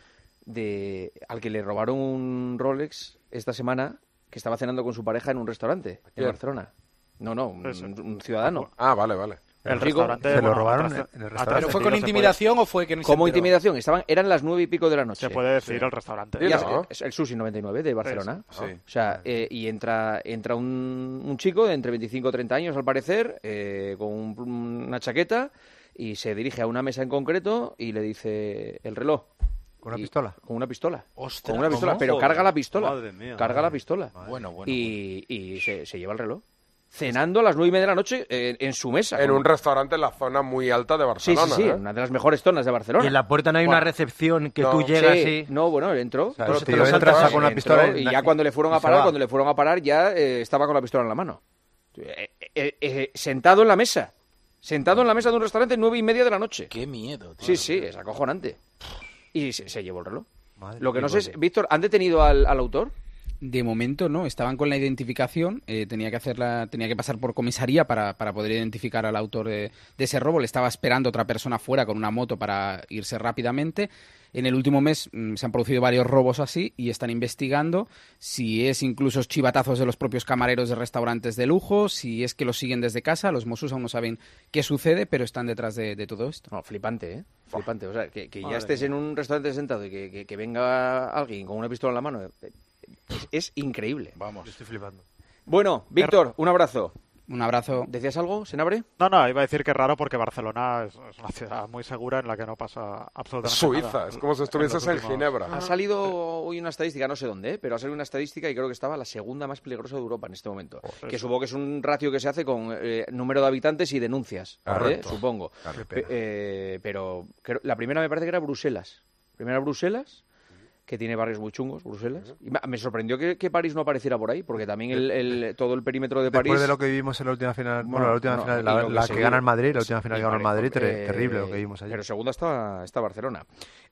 de al que le robaron un Rolex esta semana, que estaba cenando con su pareja en un restaurante en Barcelona. No, no, un, un ciudadano. Ah, vale, vale. El restaurante se lo robaron en el restaurante. ¿Pero fue con intimidación o fue que no se Como enteró? intimidación, estaban, eran las nueve y pico de la noche. Se puede decir sí. el restaurante. Ya, ¿no? Es el Sushi noventa y nueve de Barcelona. Sí. O sea, eh, y entra entra un, un chico de entre veinticinco y treinta años, al parecer, eh, con un, una chaqueta, y se dirige a una mesa en concreto y le dice el reloj. ¿Con una y, pistola? Con una pistola. Ostras, con una pistola, ¿cómo? pero carga la pistola. Madre mía. Carga la pistola. Bueno, bueno. Y, y se, se lleva el reloj. Cenando a las nueve y media de la noche en, en su mesa. En con... un restaurante en la zona muy alta de Barcelona. Sí, sí, sí, ¿eh? una de las mejores zonas de Barcelona. Y en la puerta no hay bueno, una recepción que no, tú llegas sí, y... No, bueno, él entró. O sea, Entonces, te lo entras con una pistola y ya cuando le fueron a parar, cuando le fueron a parar ya eh, estaba con la pistola en la mano. Eh, eh, eh, sentado en la mesa. Sentado en la mesa de un restaurante nueve y media de la noche. Qué miedo, tío. Sí, sí, es acojonante. Y se, se llevó el reloj. Madre Lo que no madre. sé es, Víctor, ¿han detenido al, al autor? De momento no, estaban con la identificación, eh, tenía que hacerla, tenía que pasar por comisaría para, para poder identificar al autor de, de ese robo. Le estaba esperando otra persona fuera con una moto para irse rápidamente. En el último mes mmm, se han producido varios robos así y están investigando si es incluso chivatazos de los propios camareros de restaurantes de lujo, si es que los siguen desde casa. Los Mossos aún no saben qué sucede, pero están detrás de, de todo esto. No, flipante, ¿eh? Flipante. O sea, que, que ya Madre estés mía. en un restaurante sentado y que, que, que venga alguien con una pistola en la mano. Es, es increíble. Vamos. Yo estoy flipando. Bueno, Víctor, un abrazo. Un abrazo. ¿Decías algo, Senabre? No, no, iba a decir que es raro porque Barcelona es, es una ciudad muy segura en la que no pasa absolutamente Suiza, nada. es como si estuvieses en, últimos... Ginebra. Ha salido hoy una estadística, no sé dónde, ¿eh? pero ha salido una estadística y creo que estaba la segunda más peligrosa de Europa en este momento. Oh, que supongo que es un ratio que se hace con eh, número de habitantes y denuncias, ¿vale? Supongo. Pe- eh, pero creo, la primera me parece que era Bruselas. Primera Bruselas, que tiene barrios muy chungos, Bruselas. Y me sorprendió que, que París no apareciera por ahí, porque también el, el, todo el perímetro de París... Después de lo que vivimos en la última final, bueno, Bueno, la última no, final, y la, lo que la que seguro- gana el Madrid, la última final Sí, que gana el vale, Madrid, ter- eh, terrible lo que vimos allí. Pero segunda está, está Barcelona.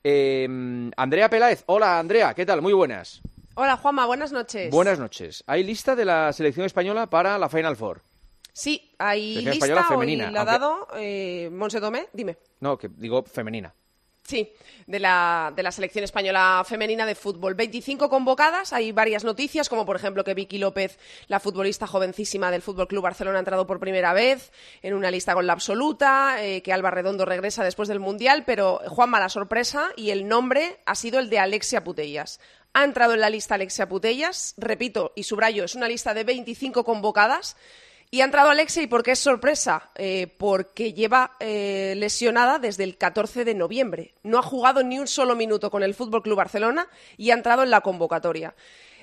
Eh, Andrea Peláez, hola Andrea, ¿qué tal? Muy buenas. Hola Juanma, buenas noches. Buenas noches. ¿Hay lista de la selección española para la Final Four? Sí, hay Selección lista, española hoy femenina, la ha aunque- dado eh, Monse Tomé, dime. No, que digo femenina. Sí, de la, de la selección española femenina de fútbol. veinticinco convocadas, hay varias noticias, como por ejemplo que Vicky López, la futbolista jovencísima del F C Barcelona, ha entrado por primera vez en una lista con la absoluta, eh, que Alba Redondo regresa después del Mundial, pero Juanma, la sorpresa y el nombre ha sido el de Alexia Putellas. Ha entrado en la lista Alexia Putellas, repito y subrayo, es una lista de veinticinco convocadas. Y ha entrado Alexia, ¿y por qué es sorpresa? Eh, porque lleva eh, lesionada desde el catorce de noviembre. No ha jugado ni un solo minuto con el F C Barcelona y ha entrado en la convocatoria.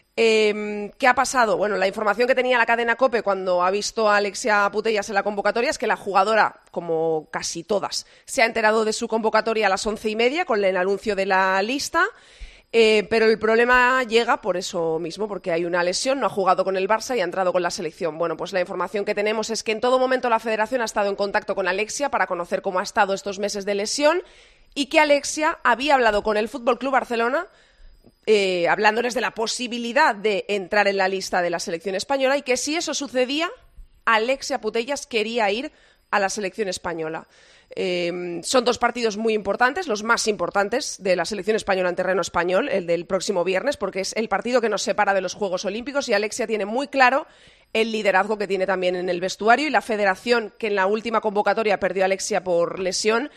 Eh, ¿Qué ha pasado? Bueno, la información que tenía la cadena COPE cuando ha visto a Alexia Putellas en la convocatoria es que la jugadora, como casi todas, se ha enterado de su convocatoria a las once y media con el anuncio de la lista. Eh, pero el problema llega por eso mismo, porque hay una lesión, no ha jugado con el Barça y ha entrado con la selección. Bueno, pues la información que tenemos es que en todo momento la Federación ha estado en contacto con Alexia para conocer cómo ha estado estos meses de lesión y que Alexia había hablado con el F C Barcelona eh, hablándoles de la posibilidad de entrar en la lista de la selección española y que si eso sucedía, Alexia Putellas quería ir a la selección española. Eh, son dos partidos muy importantes, los más importantes de la selección española en terreno español, el del próximo viernes, porque es el partido que nos separa de los Juegos Olímpicos y Alexia tiene muy claro el liderazgo que tiene también en el vestuario y la federación, que en la última convocatoria perdió a Alexia por lesión,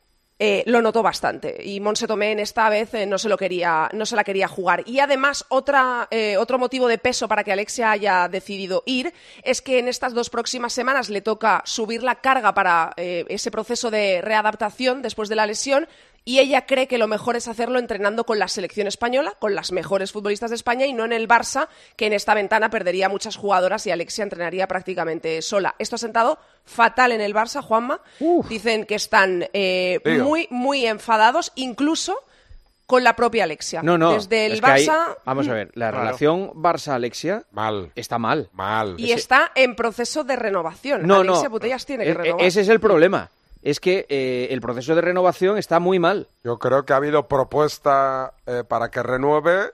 Eh, lo notó bastante y Montse Tomé en esta vez eh, no se lo quería, no se la quería jugar. Y además otra, eh, otro motivo de peso para que Alexia haya decidido ir es que en estas dos próximas semanas le toca subir la carga para eh, ese proceso de readaptación después de la lesión y ella cree que lo mejor es hacerlo entrenando con la selección española, con las mejores futbolistas de España y no en el Barça, que en esta ventana perdería muchas jugadoras y Alexia entrenaría prácticamente sola. Esto ha sentado fatal en el Barça, Juanma. Uf. Dicen que están eh, muy, muy enfadados, incluso con la propia Alexia. No, no, desde el es que Barça... hay, vamos a ver, la claro. relación Barça-Alexia mal. está mal. Mal. Y ese... está en proceso de renovación. No, Alexia no, Putellas tiene que e- renovar. ese es el problema. Es que eh, el proceso de renovación está muy mal. Yo creo que ha habido propuesta eh, para que renueve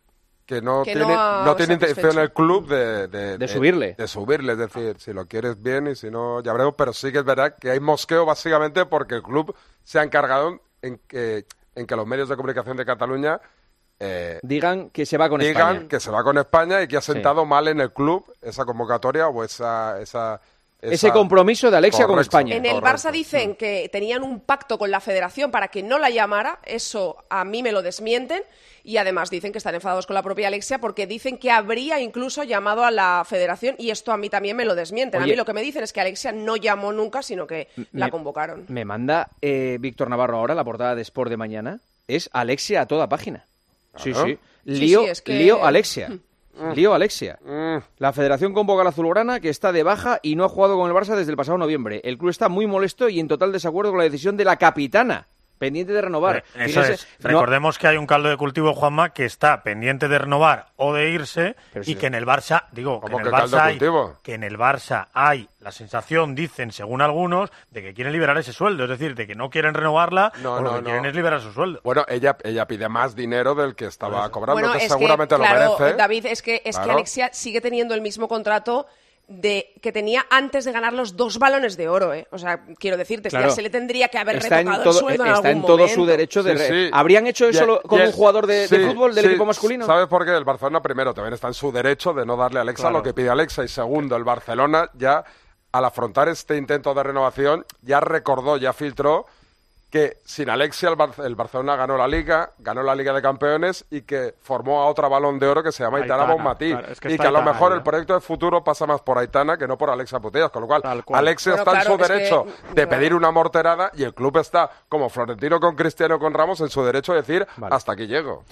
que no que tiene, no, ha no tiene intención el club de, de, de subirle. De, de subirle, es decir, si lo quieres bien y si no, ya veremos. Pero sí que es verdad que hay mosqueo básicamente porque el club se ha encargado en que, en que los medios de comunicación de Cataluña eh, digan que se va con digan España. que se va con España y que ha sentado Sí. mal en el club esa convocatoria o esa... esa Ese esa... compromiso de Alexia con Correcto. España. En el Correcto. Barça dicen que tenían un pacto con la federación para que no la llamara, eso a mí me lo desmienten, y además dicen que están enfadados con la propia Alexia porque dicen que habría incluso llamado a la federación y esto a mí también me lo desmienten. Oye, a mí lo que me dicen es que Alexia no llamó nunca, sino que la me, convocaron. Me manda eh, Víctor Navarro ahora, la portada de Sport de mañana, es Alexia a toda página. Sí, Claro. sí. Sí, Lío, sí, es que- lío Alexia. Mm. Lío Alexia. Mm. La federación convoca a la azulgrana, que está de baja y no ha jugado con el Barça desde el pasado noviembre. El club está muy molesto y en total desacuerdo con la decisión de la capitana, pendiente de renovar. Eh, eso Fíjese, es. no- Recordemos que hay un caldo de cultivo, Juanma, que está pendiente de renovar o de irse Pero y sí. que en el Barça, digo, que ¿Cómo en el que caldo Barça de hay, cultivo? que en el Barça hay la sensación, dicen según algunos, de que quieren liberar ese sueldo, es decir, de que no quieren renovarla No, o lo no, que no. quieren es liberar su sueldo. Bueno, ella, ella pide más dinero del que estaba cobrando, Bueno, que es seguramente que, lo claro, merece. David, es que, es que Claro. Alexia sigue teniendo el mismo contrato de que tenía antes de ganar los dos balones de oro, ¿eh? O sea, quiero decirte, Claro. ya se le tendría que haber está en retocado todo, el sueldo en está algún en todo momento. su derecho de... Sí, re- sí. ¿Habrían hecho eso Ya- lo- con ya- un jugador de, de sí, fútbol del sí. equipo masculino? ¿Sabes por qué? El Barcelona, primero, también está en su derecho de no darle a Alexa Claro. lo que pide Alexa. Y segundo, el Barcelona ya, al afrontar este intento de renovación, ya recordó, ya filtró que sin Alexia el, Bar- el Barcelona ganó la Liga, ganó la Liga de Campeones y que formó a otra Balón de Oro que se llama Aitana, Aitana, Bonmatí. claro, es que y está que a lo Aitana mejor ahí, el ¿eh? proyecto de futuro pasa más por Aitana que no por Alexa Putellas, con lo cual, Tal cual. Alexia Bueno, está claro, en su es que- derecho de claro. pedir una morterada y el club está, como Florentino con Cristiano con Ramos, en su derecho de decir Vale. hasta aquí llego.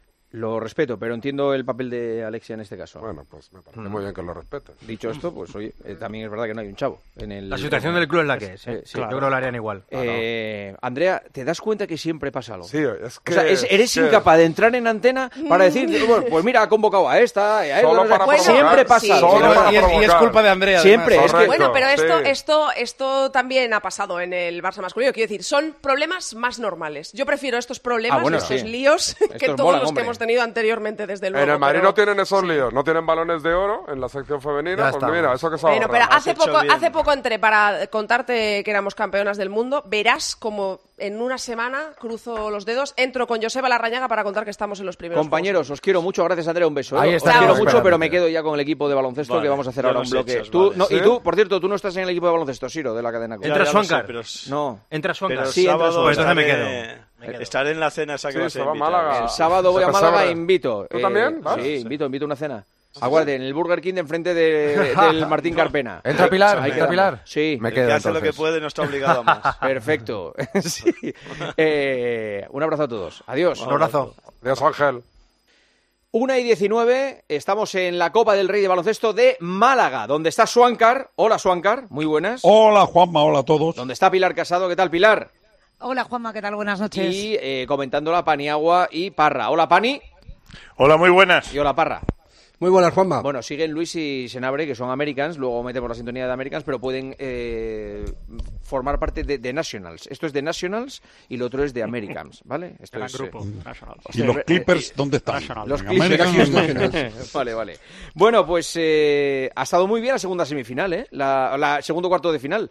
Lo respeto, pero entiendo el papel de Alexia en este caso. Bueno, pues me Mm. parece muy bien que lo respeten. Dicho esto, pues oye, eh, también es verdad que no hay un chavo. En el, La situación del club es la que es. ¿eh? Eh, sí, Yo creo que lo harían igual. Eh, Andrea, ¿te das cuenta que siempre pasa algo? Sí, es que... O sea, es- eres que- incapaz de entrar en antena para decir, bueno, pues mira, ha convocado a esta, y a esta, Solo no sé, para Bueno, provocar. siempre pasa sí. algo. Solo para Y es, y es provocar. culpa de Andrea. Siempre, además. es que- Correcto, Bueno, pero esto, sí. esto, esto también ha pasado en el Barça masculino. Quiero decir, son problemas más normales. Yo prefiero estos problemas, Ah, bueno, estos sí. líos, que Estos todos molan, los hombre. que hemos tenido anteriormente, desde luego. En el Madrid pero... no tienen esos líos, no tienen balones de oro en la sección femenina, Ya pues estamos. mira, eso que se Bueno, ahorra. pero hace Has hecho poco, bien. hace poco entré para contarte que éramos campeonas del mundo. Verás como en una semana cruzo los dedos, entro con Joseba Larrañaga para contar que estamos en los primeros. Compañeros, os quiero mucho. Gracias, Andrea. Un beso. ¿eh? Ahí Os está, quiero Chao. mucho, pero me Esperándote. quedo ya con el equipo de baloncesto Vale, que vamos a hacer ya ahora los un bloque. echas, Tú, vale. no, ¿Sí? Y tú, por cierto, tú no estás en el equipo de baloncesto, Siro, de la cadena. Ya, Entra ya lo sé, Swankar. pero- No. Entra Swankar. Pero Sí, entra sábado Pues entonces me estaré- quedo. Me quedo. Estaré en la cena esa que Sí, vas se a va a invitar. Málaga. El sábado voy Se a pasaba Málaga e de- invito. ¿Tú Eh, también? ¿Vas? Sí, invito, invito a una cena. Aguarde, en el Burger King de enfrente de, del Martín Carpena. ¿Entra Pilar? Ahí ¿Entra quedamos. Pilar? Sí. Me El quedo que hace lo entonces. que puede no está obligado a más. Perfecto. Sí. Eh, un abrazo a todos. Adiós. Un abrazo. Adiós, Ángel. Una y diecinueve, estamos en la Copa del Rey de Baloncesto de Málaga, donde está Swankar. Hola, Swankar, muy buenas. Hola, Juanma, hola a todos. Donde está Pilar Casado, ¿qué tal, Pilar? Hola, Juanma, ¿qué tal? Buenas noches. Y eh, comentándola Paniagua y Parra. Hola, Pani. Hola, muy buenas. Y hola, Parra. Muy buenas, Juanma. Bueno, siguen Luis y Senabre, que son Americans, luego metemos la sintonía de Americans, pero pueden eh, formar parte de, de Nationals. Esto es de Nationals y lo otro es de Americans, ¿vale? Esto Gran es, grupo, eh, Nationals. ¿Y los Clippers dónde están? Los En Clippers. América, Vale, vale. Bueno, pues eh, ha estado muy bien la segunda semifinal, ¿eh? La, la segundo cuarto de final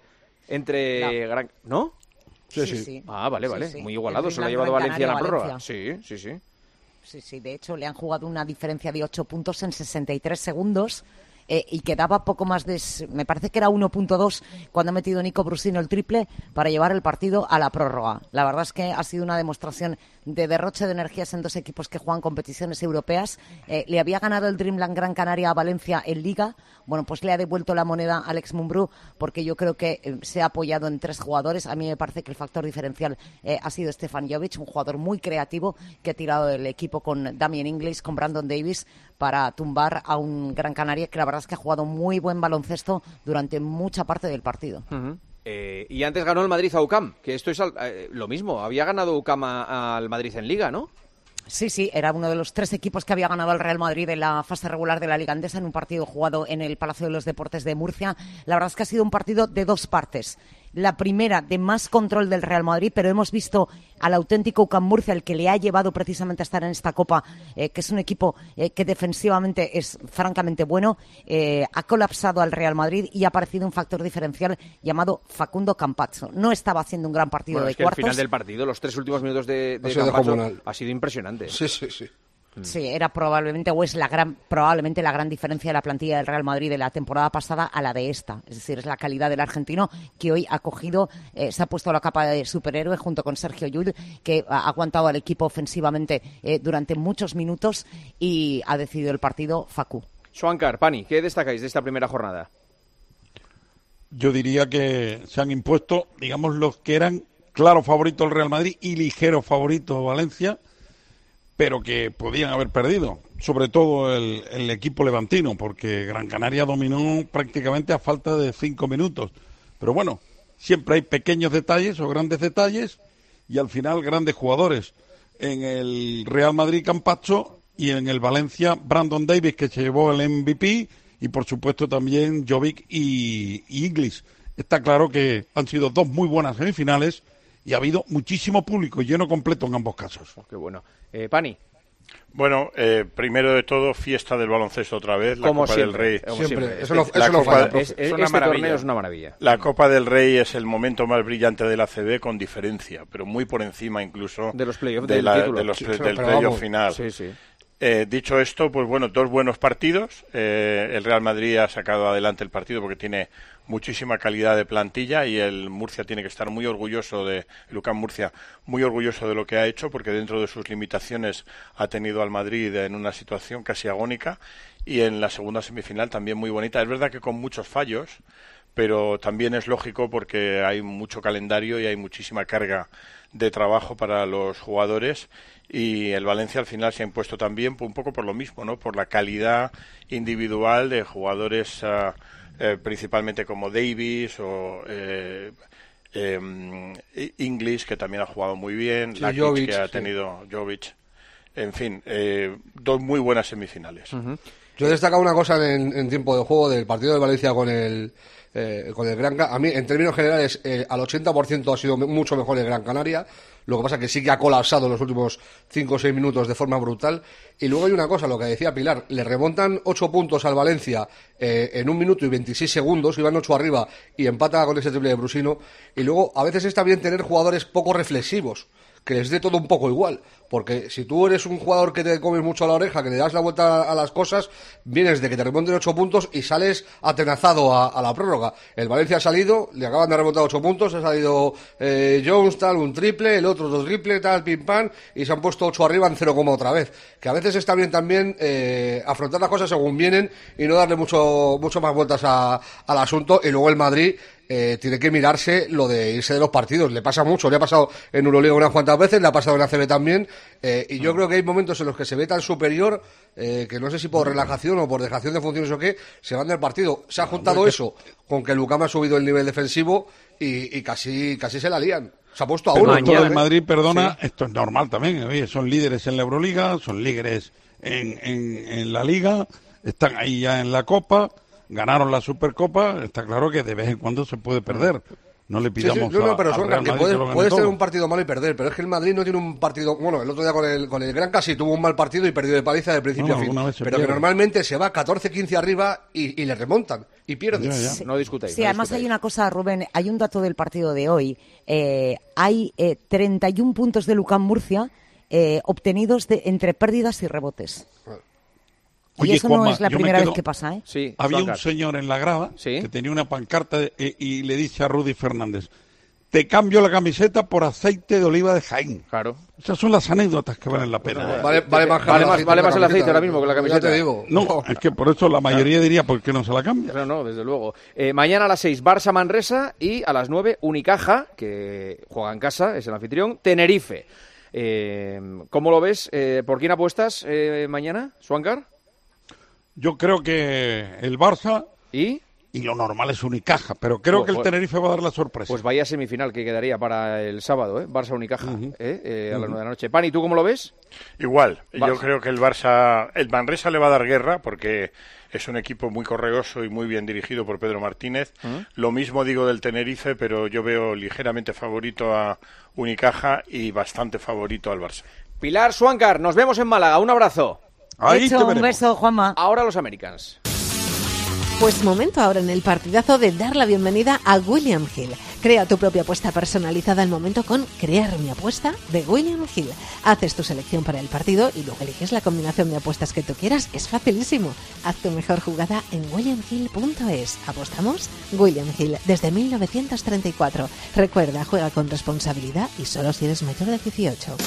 entre No. Gran... ¿No? Sí, Sí, sí. sí. Ah, vale, Sí, vale. sí. Muy igualado. El Se lo ha Dreamland llevado Gran Valencia en la Canaria, prórroga. Sí, Valencia. sí, sí. Sí, sí, de hecho le han jugado una diferencia de ocho puntos en sesenta y tres segundos eh, y quedaba poco más de, s- me parece que era uno punto dos cuando ha metido Nico Brusino el triple para llevar el partido a la prórroga. La verdad es que ha sido una demostración de derroche de energías en dos equipos que juegan competiciones europeas. Eh, le había ganado el Dreamland Gran Canaria a Valencia en Liga. Bueno, pues le ha devuelto la moneda a Alex Mumbrú porque yo creo que eh, se ha apoyado en tres jugadores. A mí me parece que el factor diferencial eh, ha sido Stefan Jovic, un jugador muy creativo que ha tirado el equipo con Damien Inglis, con Brandon Davis para tumbar a un Gran Canaria que la verdad es que ha jugado muy buen baloncesto durante mucha parte del partido. Ujú. Eh, y antes ganó el Madrid a U C A M, que esto es al- eh, lo mismo. Había ganado U C A M a- al Madrid en Liga, ¿no? Sí, sí, era uno de los tres equipos que había ganado el Real Madrid en la fase regular de la Liga Andesa en un partido jugado en el Palacio de los Deportes de Murcia. La verdad es que ha sido un partido de dos partes. La primera, de más control del Real Madrid, pero hemos visto al auténtico U C A M Murcia, el que le ha llevado precisamente a estar en esta Copa, eh, que es un equipo eh, que defensivamente es francamente bueno, eh, ha colapsado al Real Madrid y ha aparecido un factor diferencial llamado Facundo Campazzo. No estaba haciendo un gran partido Bueno, de es que cuartos. el final del partido, los tres últimos minutos de, de Ha sido Campazzo, descomunal. ha sido impresionante. Sí, sí, sí. Sí, era probablemente o es la gran, probablemente la gran diferencia de la plantilla del Real Madrid de la temporada pasada a la de esta. Es decir, es la calidad del argentino que hoy ha cogido, eh, se ha puesto la capa de superhéroe junto con Sergio Llull, que ha aguantado al equipo ofensivamente eh, durante muchos minutos y ha decidido el partido Facu. Swankar, Pani, ¿qué destacáis de esta primera jornada? Yo diría que se han impuesto, digamos, los que eran claros favoritos del Real Madrid y ligeros favoritos Valencia, pero que podían haber perdido, sobre todo el, el equipo levantino, porque Gran Canaria dominó prácticamente a falta de cinco minutos. Pero bueno, siempre hay pequeños detalles o grandes detalles y al final grandes jugadores. En el Real Madrid Campazzo y en el Valencia Brandon Davis, que se llevó el M V P, y por supuesto también Jovic y, y Inglis. Está claro que han sido dos muy buenas semifinales y ha habido muchísimo público lleno completo en ambos casos. Oh, qué bueno. Eh, Pani. Bueno, eh, primero de todo, fiesta del baloncesto otra vez, la Como Copa siempre, del Rey. como Siempre. siempre. Eso no- La eso no Copa- falla, profe. Es- es- es una este maravilla. torneo es una maravilla. La Copa del Rey es el momento más brillante de la A C B con diferencia, pero muy por encima incluso De los playoffs de del la- título. de los Sí, play- pero del vamos, playoff final. sí, sí. Eh, dicho esto, pues bueno, dos buenos partidos. Eh, el Real Madrid ha sacado adelante el partido porque tiene muchísima calidad de plantilla y el Murcia tiene que estar muy orgulloso de, el U C A M Murcia, muy orgulloso de lo que ha hecho porque dentro de sus limitaciones ha tenido al Madrid en una situación casi agónica y en la segunda semifinal también muy bonita. Es verdad que con muchos fallos, pero también es lógico porque hay mucho calendario y hay muchísima carga de trabajo para los jugadores y el Valencia al final se ha impuesto también un poco por lo mismo, ¿no? Por la calidad individual de jugadores uh, eh, principalmente como Davis o eh, eh, Inglis, que también ha jugado muy bien, Sí, Lakic, Jovic, que ha sí. tenido Jovic. En fin, eh, dos muy buenas semifinales. Uh-huh. Yo he destacado una cosa en, en tiempo de juego del partido de Valencia con el eh, con el Gran Canaria. A mí, en términos generales, eh, al ochenta por ciento ha sido mucho mejor el Gran Canaria. Lo que pasa es que sí que ha colapsado en los últimos cinco o seis minutos de forma brutal. Y luego hay una cosa, lo que decía Pilar, le remontan ocho puntos al Valencia eh, en un minuto y veintiséis segundos, iban ocho arriba y empata con ese triple de Brusino. Y luego a veces está bien tener jugadores poco reflexivos, que les dé todo un poco igual, porque si tú eres un jugador que te comes mucho a la oreja, que le das la vuelta a las cosas, vienes de que te remonten ocho puntos y sales atenazado a, a la prórroga. El Valencia ha salido, le acaban de remontar ocho puntos, ha salido eh, Jones, tal, un triple, el otro dos triple, tal, pim pam, y se han puesto ocho arriba en cero coma otra vez. Que a veces está bien también eh, afrontar las cosas según vienen y no darle mucho, mucho más vueltas a, al asunto. Y luego el Madrid Eh, tiene que mirarse lo de irse de los partidos. Le pasa mucho, le ha pasado en Euroliga unas cuantas veces, le ha pasado en A C B también, eh, y yo mm. creo que hay momentos en los que se ve tan superior eh, que no sé si por relajación o por dejación de funciones o qué, se van del partido. Se ha juntado no, eso con que Lucama ha subido el nivel defensivo y, y casi casi se la lían. Se ha puesto a Pero uno. esto de Madrid, perdona, sí. Esto es normal también. Oye, son líderes en la Euroliga, son líderes en, en, en la Liga, están ahí ya en la Copa, ganaron la Supercopa, está claro que de vez en cuando se puede perder. No le pidamos sí, sí, no, no, pero a, son, a que puedes, puedes tener un partido malo y perder, pero es que el Madrid no tiene un partido... Bueno, el otro día con el, con el Gran casi tuvo un mal partido y perdió de paliza de principio no, a fin, pero pierde. Que normalmente se va catorce quince arriba y, y le remontan y pierden. Ya, ya. Sí. No discutáis. Sí, no además discutáis. Hay una cosa, Rubén, hay un dato del partido de hoy. Eh, hay eh, treinta y un puntos de Lucán Murcia eh, obtenidos de, entre pérdidas y rebotes. Claro. Oye, y eso Juanma, no es la primera quedo, vez que pasa, ¿eh? Sí, había un señor en la grada ¿Sí? que tenía una pancarta de, eh, y le dice a Rudy Fernández: te cambio la camiseta por aceite de oliva de Jaén. Claro. Esas son las anécdotas que valen la pena. Pues, vale, vale más, vale más, vale más el aceite ahora mismo que la camiseta. Ya te digo. No, es que por eso la mayoría diría, ¿por qué no se la cambia? No, no, desde luego. Eh, mañana a las seis, Barça Manresa, y a las nueve, Unicaja, que juega en casa, es el anfitrión, Tenerife. Eh, ¿Cómo lo ves? Eh, ¿Por quién apuestas eh, mañana, Swankar? Yo creo que el Barça y y lo normal es Unicaja, pero creo pues, que el Tenerife va a dar la sorpresa. Pues vaya semifinal que quedaría para el sábado, ¿eh? Barça Unicaja, uh-huh. ¿eh? Eh, a las nueve de la noche. Pani, ¿tú cómo lo ves? Igual, Barça. Yo creo que el Barça, el Manresa le va a dar guerra porque es un equipo muy correoso y muy bien dirigido por Pedro Martínez. Uh-huh. Lo mismo digo del Tenerife, pero yo veo ligeramente favorito a Unicaja y bastante favorito al Barça. Pilar, Swankar, nos vemos en Málaga. Un abrazo. Ahí Hecho, un beso, Juanma. Ahora los Americans. Pues momento ahora en el partidazo de dar la bienvenida a William Hill. Crea tu propia apuesta personalizada al momento con Crear mi apuesta de William Hill. Haces tu selección para el partido y luego eliges la combinación de apuestas que tú quieras. Es facilísimo. Haz tu mejor jugada en william hill punto es. ¿Apostamos? William Hill, desde mil novecientos treinta y cuatro. Recuerda, juega con responsabilidad y solo si eres mayor de dieciocho.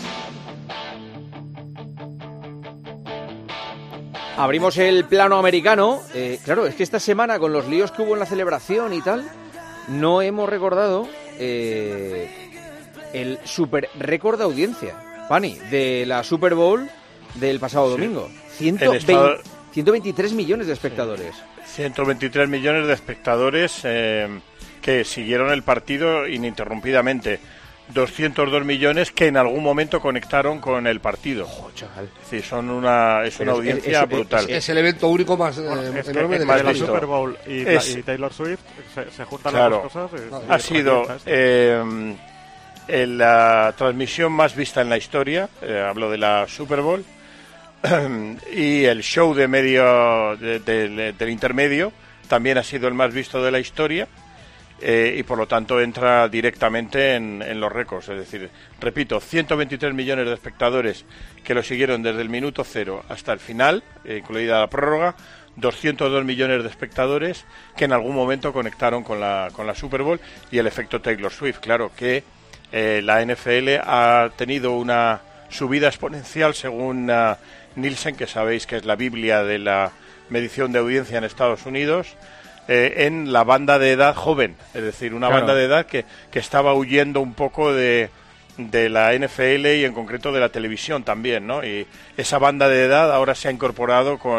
Abrimos el plano americano. Eh, claro, es que esta semana, con los líos que hubo en la celebración y tal, no hemos recordado eh, el super récord de audiencia, Pani, de la Super Bowl del pasado sí. domingo. ciento veinte, estado... ciento veintitrés millones de espectadores. Sí. ciento veintitrés millones de espectadores eh, que siguieron el partido ininterrumpidamente. doscientos dos millones que en algún momento conectaron con el partido. Oh, chaval. Sí, son una, es una es, audiencia es, brutal. Es, es el evento único más bueno, eh, es enorme que, de la Super Bowl y, es, y Taylor Swift se, se juntan claro, las dos cosas. Y, ha sido eh, en la transmisión más vista en la historia, eh, hablo de la Super Bowl, y el show de medio de, de, de, del intermedio también ha sido el más visto de la historia. Eh, y por lo tanto entra directamente en, en los récords, es decir, repito, ciento veintitrés millones de espectadores que lo siguieron desde el minuto cero hasta el final, eh, incluida la prórroga, doscientos dos millones de espectadores que en algún momento conectaron con la, con la Super Bowl y el efecto Taylor Swift, claro que eh, la N F L ha tenido una subida exponencial según uh, Nielsen, que sabéis que es la Biblia de la medición de audiencia en Estados Unidos, Eh, en la banda de edad joven, es decir, una claro. banda de edad que, que estaba huyendo un poco de, de la N F L y en concreto de la televisión también, ¿no? Y esa banda de edad ahora se ha incorporado con,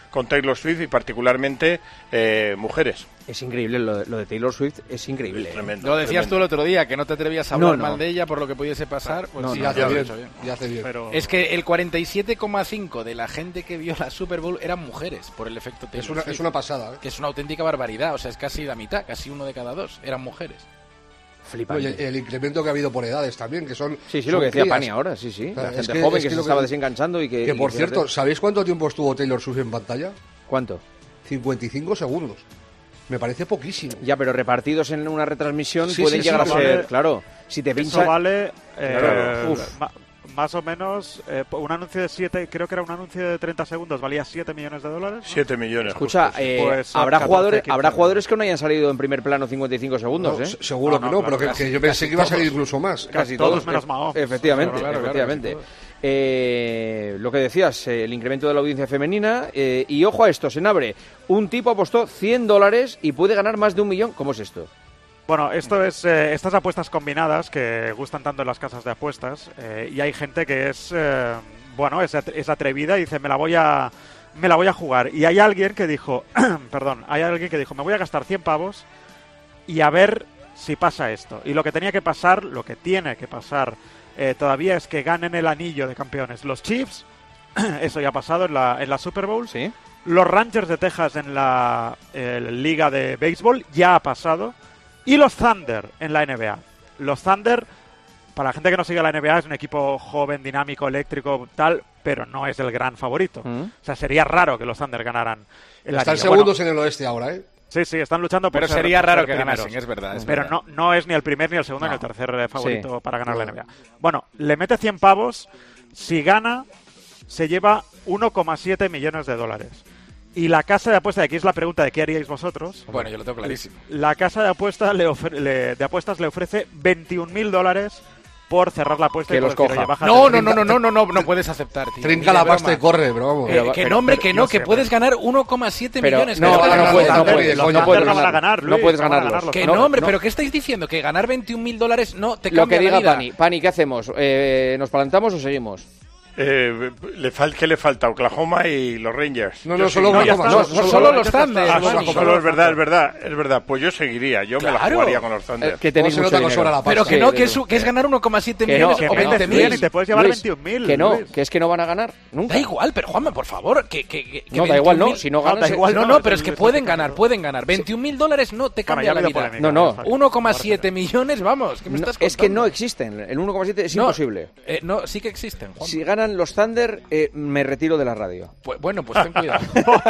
con Taylor Swift y particularmente eh, mujeres. Es increíble, lo de, lo de Taylor Swift es increíble. Tremendo, Lo decías tremendo. tú el otro día, que no te atrevías a hablar No, no. mal de ella por lo que pudiese pasar. Pues No, sí, no, ya hace lo has bien, hecho bien. ya hace bien. Pero Es que el cuarenta y siete coma cinco de la gente que vio la Super Bowl eran mujeres por el efecto Taylor Es una, Swift. es una pasada, ¿eh? Que es una auténtica barbaridad, o sea, es casi la mitad, casi uno de cada dos eran mujeres. Flipante. Oye, el incremento que ha habido por edades también, que son... Sí, sí, son lo que decía crías. Pani ahora, sí, sí. O sea, La es gente que- joven es que, que se lo estaba que- desenganchando y que... Que y por que cierto, fíjate- ¿sabéis cuánto tiempo estuvo Taylor Swift en pantalla? ¿Cuánto? cincuenta y cinco segundos. Me parece poquísimo. Ya, pero repartidos en una retransmisión Sí, pueden sí, llegar sí, a vale. ser, claro, si te Eso pincha... vale eh, Claro, uf. ma- más o menos eh, un anuncio de siete, creo que era un anuncio de treinta segundos, valía siete millones de dólares. ¿no? siete millones. Escucha, justo, sí. eh, Pues son habrá catorce, jugadores quince habrá jugadores que no hayan salido en primer plano cincuenta y cinco segundos, No, ¿eh? se- seguro No, que no, no, pero claro, que, que casi- yo pensé casi que iba a salir todos. incluso más. Casi todos todos, menos eh, Mahomes. efectivamente, Claro, claro, efectivamente. casi todos. Eh, lo que decías, eh, el incremento de la audiencia femenina, eh, y ojo a esto, Senabre, un tipo apostó cien dólares y puede ganar más de un millón. ¿Cómo es esto? Bueno, esto es eh, estas apuestas combinadas que gustan tanto en las casas de apuestas eh, y hay gente que es eh, bueno es, at- es atrevida y dice me la voy a me la voy a jugar y hay alguien que dijo perdón hay alguien que dijo me voy a gastar cien pavos y a ver si pasa esto y lo que tenía que pasar lo que tiene que pasar eh, todavía es que ganen el anillo de campeones los Chiefs eso ya ha pasado en la en la Super Bowl sí los Rangers de Texas en la eh, liga de béisbol ya ha pasado. Y los Thunder en la N B A. Los Thunder, para la gente que no sigue la N B A, es un equipo joven, dinámico, eléctrico, tal, pero no es el gran favorito. Mm. O sea, sería raro que los Thunder ganaran el Están anillo. segundos Bueno, en el oeste ahora, ¿eh? sí, sí, están luchando por Pero ser- sería por raro ser que primeros. ganasen, es verdad. es Pero verdad. no, no es ni el primer, ni el segundo, No. ni el tercer eh, favorito Sí. para ganar la No. N B A. Bueno, le mete cien pavos. Si gana, se lleva uno coma siete millones de dólares. Y la casa de apuestas, aquí es la pregunta de qué haríais vosotros. Bueno, yo lo tengo clarísimo. La casa de apuestas le, ofre- le- de apuestas le ofrece veintiún mil dólares por cerrar la apuesta Que y por los decir, coja. "Oye, bájate No, de no, no, no, no, no, no, no puedes aceptar, tío. Trinca Ni la de pasta broma. y corre, pero vamos. Eh, Pero- que pero- no, hombre, que pero- no, no que sé, puedes ganar uno coma siete Pero millones. no, pero no, que no los puedes, no Thunder- puedes, los no Thunder puedes no van a ganar, ganar, no Luis, puedes no van a ganarlos. ganarlos. Que No, no, hombre, no. pero ¿qué estáis diciendo? Que ganar veintiún mil dólares no te Lo cambia que la diga vida. Pani. Pani, ¿qué hacemos? Eh, ¿Nos plantamos o seguimos? Eh, le fal- ¿Qué le falta? Oklahoma y los Rangers. No, Yo no, solo seguiría. Oklahoma. No, No, solo, solo- los Thunder. Ah, Pani. solo- solo es verdad, es verdad, es verdad. Pues yo seguiría, yo me la Claro. jugaría con los Thunder. Eh, que tenéis se mucho nota que os dinero. sobra la Pero pasta. que no, Sí, que es, sí. que es ganar uno coma siete Que no, millones que o metes veinte cien y mil. te puedes llevar Luis, veintiún mil. Que no, Luis. que es que no van a ganar nunca. Da igual, pero Juanma, por favor, que, que, que No, da igual, no. Si no No, ganan, da se- igual. No, no, no, es pero el- es que es pueden el ganar, cambio. pueden ganar. veintiún mil dólares no te Bueno, cambia ya ha la habido vida. polémica, No, no. está- uno coma siete millones, vamos, ¿qué me No, estás es que contando? no existen. El uno coma siete es No, imposible. eh, no, sí que existen, Juanma. Si ganan los Thunder, eh, me retiro de la radio. Pues, bueno, pues ten cuidado.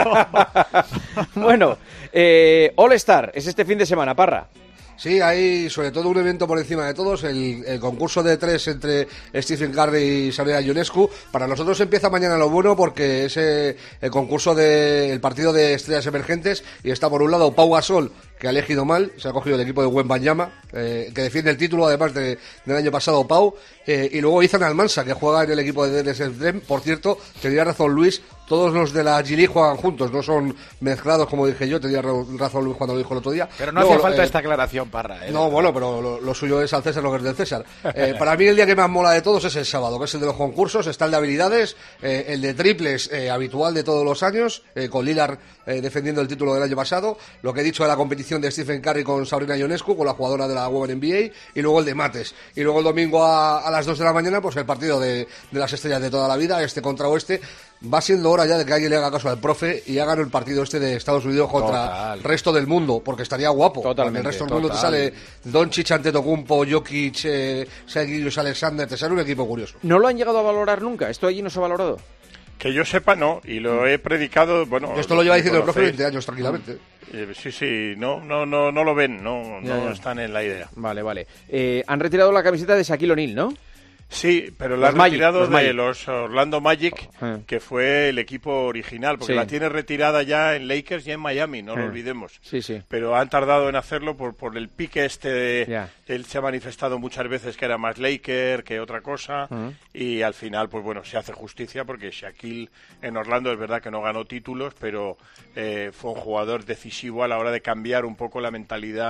Bueno, eh, All Star es este fin de semana, Parra. Sí, hay sobre todo un evento por encima de todos, el, el concurso de tres entre Stephen Curry y Sabrina Ionescu. Para nosotros empieza mañana lo bueno porque es eh, el concurso del partido de estrellas emergentes y está por un lado Pau Gasol, que ha elegido mal, se ha cogido el equipo de Wembanyama, eh, que defiende el título además de, del año pasado Pau, eh, y luego Izan Almansa, que juega en el equipo de D S F. Por cierto, tenía razón Luis, todos los de la G League juegan juntos, no son mezclados como dije yo, tenía razón Luis cuando lo dijo el otro día. Pero no Luego, hacía falta eh, esta aclaración, Parra. ¿eh? No, bueno, pero lo, lo suyo es al César lo que es del César. Eh, para mí el día que más mola de todos es el sábado, que es el de los concursos. Está el de habilidades, eh, el de triples eh, habitual de todos los años, eh, con Lillard eh, defendiendo el título del año pasado. Lo que he dicho de la competición de Stephen Curry con Sabrina Ionescu, con la jugadora de la Women N B A, y luego el de mates. Y luego el domingo a, a las dos de la mañana, pues el partido de, de las estrellas de toda la vida, este contra oeste. Va siendo hora ya de que alguien le haga caso al profe y hagan el partido este de Estados Unidos contra Total. el resto del mundo, porque estaría guapo. Totalmente, En el resto del mundo te total. sale Doncic, Antetokounmpo, Jokic, eh, Shai Gilgeous-Alexander, te sale un equipo curioso. ¿No lo han llegado a valorar nunca? ¿Esto allí no se ha valorado? Que yo sepa, no, y lo he predicado, bueno... Esto lo lleva diciendo el profe conocéis. veinte años tranquilamente. Eh, Sí, sí, no, no, no, no lo ven, no, Ya, no ya. están en la idea. Vale, vale. Eh, han retirado la camiseta de Shaquille O'Neal, ¿no? Sí, pero Los la han Magic, retirado los de Magic. los Orlando Magic, Ah. que fue el equipo original, porque Sí. la tiene retirada ya en Lakers y en Miami, no lo Ah. olvidemos. Sí, sí. Pero han tardado en hacerlo por, por el pique este de... Ya. Él se ha manifestado muchas veces que era más Laker que otra cosa, Ah. y al final, pues bueno, se hace justicia, porque Shaquille en Orlando es verdad que no ganó títulos, pero eh, fue un jugador decisivo a la hora de cambiar un poco la mentalidad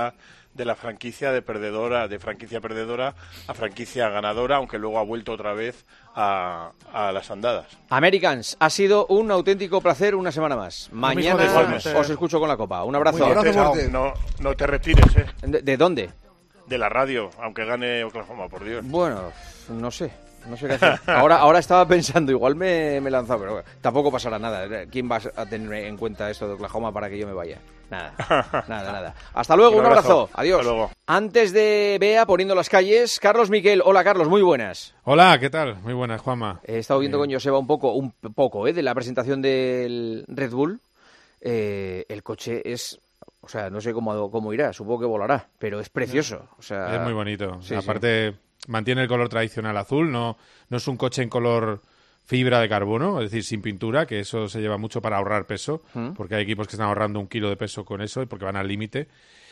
de la franquicia de perdedora, de franquicia perdedora a franquicia ganadora, aunque luego ha vuelto otra vez a, a las andadas. Americans, ha sido un auténtico placer una semana más. Mañana os escucho con la copa. Un abrazo. No te, no, no, no te retires, ¿eh? ¿De, ¿De dónde? De la radio, aunque gane Oklahoma, por Dios. Bueno, no sé. No sé qué hacer. Ahora, ahora estaba pensando, igual me, me he lanzado, pero bueno, tampoco pasará nada. ¿Quién va a tener en cuenta esto de Oklahoma para que yo me vaya? Nada, nada, nada. Hasta luego, un abrazo. Adiós. Hasta luego. Antes de Bea poniendo las calles, Carlos Miquel. Hola, Carlos, muy buenas. Hola, ¿qué tal? Muy buenas, Juanma. He estado viendo eh... con Joseba un poco, un poco, ¿eh? de la presentación del Red Bull. Eh, el coche es... O sea, no sé cómo, cómo irá, supongo que volará, pero es precioso. O sea, es muy bonito. Sí, Aparte... Sí. Mantiene el color tradicional azul, no, no es un coche en color fibra de carbono, es decir, sin pintura, que eso se lleva mucho para ahorrar peso, ¿Mm? porque hay equipos que están ahorrando un kilo de peso con eso, porque van al límite.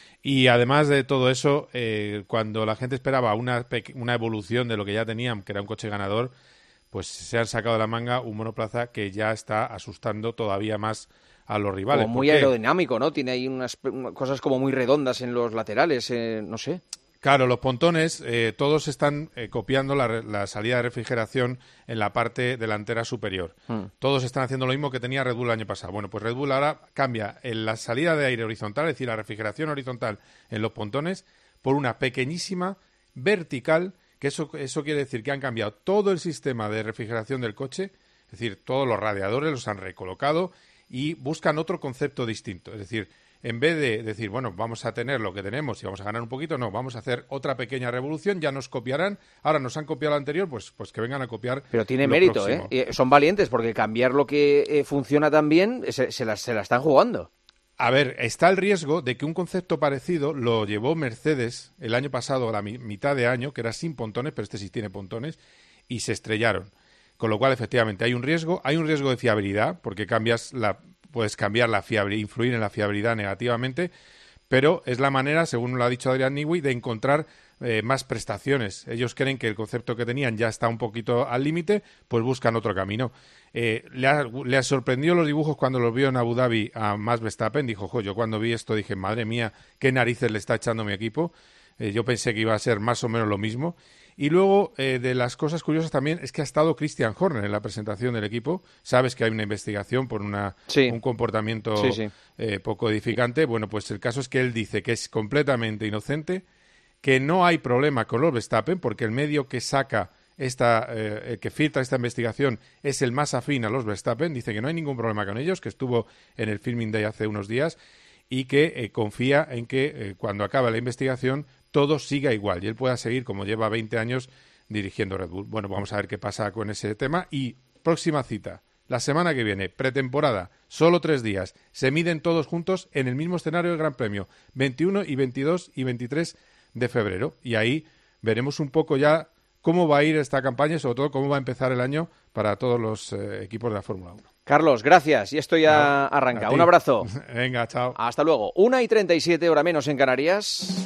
Y además de todo eso, eh, cuando la gente esperaba una, una evolución de lo que ya tenían, que era un coche ganador, pues se han sacado de la manga un monoplaza que ya está asustando todavía más a los rivales. Como muy aerodinámico, ¿no? Tiene ahí unas cosas como muy redondas en los laterales, eh, no sé. Claro, los pontones, eh, todos están eh, copiando la, la salida de refrigeración en la parte delantera superior. Hmm. Todos están haciendo lo mismo que tenía Red Bull el año pasado. Bueno, pues Red Bull ahora cambia en la salida de aire horizontal, es decir, la refrigeración horizontal en los pontones, por una pequeñísima vertical, que eso, eso quiere decir que han cambiado todo el sistema de refrigeración del coche, es decir, todos los radiadores los han recolocado y buscan otro concepto distinto, es decir, en vez de decir, bueno, vamos a tener lo que tenemos y vamos a ganar un poquito, no, vamos a hacer otra pequeña revolución, ya nos copiarán, ahora nos han copiado la anterior, pues, pues que vengan a copiar. Pero tiene lo mérito, próximo. ¿eh? Son valientes, porque cambiar lo que eh, funciona tan bien, se, se, la, se la están jugando. A ver, está el riesgo de que un concepto parecido lo llevó Mercedes el año pasado, a la mi mitad de año, que era sin pontones, pero este sí tiene pontones, y se estrellaron. Con lo cual, efectivamente, hay un riesgo, hay un riesgo de fiabilidad, porque cambias la... puedes cambiar la fiabilidad, influir en la fiabilidad negativamente, pero es la manera, según lo ha dicho Adrián Newey, de encontrar eh, más prestaciones. Ellos creen que el concepto que tenían ya está un poquito al límite, pues buscan otro camino. Eh, le, ha, le ha sorprendido los dibujos cuando los vio en Abu Dhabi a Max Verstappen. Dijo, jo, yo cuando vi esto dije, madre mía, qué narices le está echando mi equipo. Eh, yo pensé que iba a ser más o menos lo mismo. Y luego, eh, de las cosas curiosas también, es que ha estado Christian Horner en la presentación del equipo. Sabes que hay una investigación por una, sí. un comportamiento sí, sí. Eh, poco edificante. Bueno, pues el caso es que él dice que es completamente inocente, que no hay problema con los Verstappen, porque el medio que saca esta, eh, que filtra esta investigación es el más afín a los Verstappen. Dice que no hay ningún problema con ellos, que estuvo en el Filming Day hace unos días y que eh, confía en que eh, cuando acabe la investigación todo siga igual y él pueda seguir como lleva veinte años dirigiendo Red Bull. Bueno, vamos a ver qué pasa con ese tema. Y próxima cita, la semana que viene, pretemporada, solo tres días. Se miden todos juntos en el mismo escenario del Gran Premio, veintiuno y veintidós y veintitrés de febrero. Y ahí veremos un poco ya cómo va a ir esta campaña y sobre todo cómo va a empezar el año para todos los eh, equipos de la Fórmula uno. Carlos, gracias. Y esto ya no, arranca. Un abrazo. Venga, chao. Hasta luego. una y treinta y siete, hora menos en Canarias.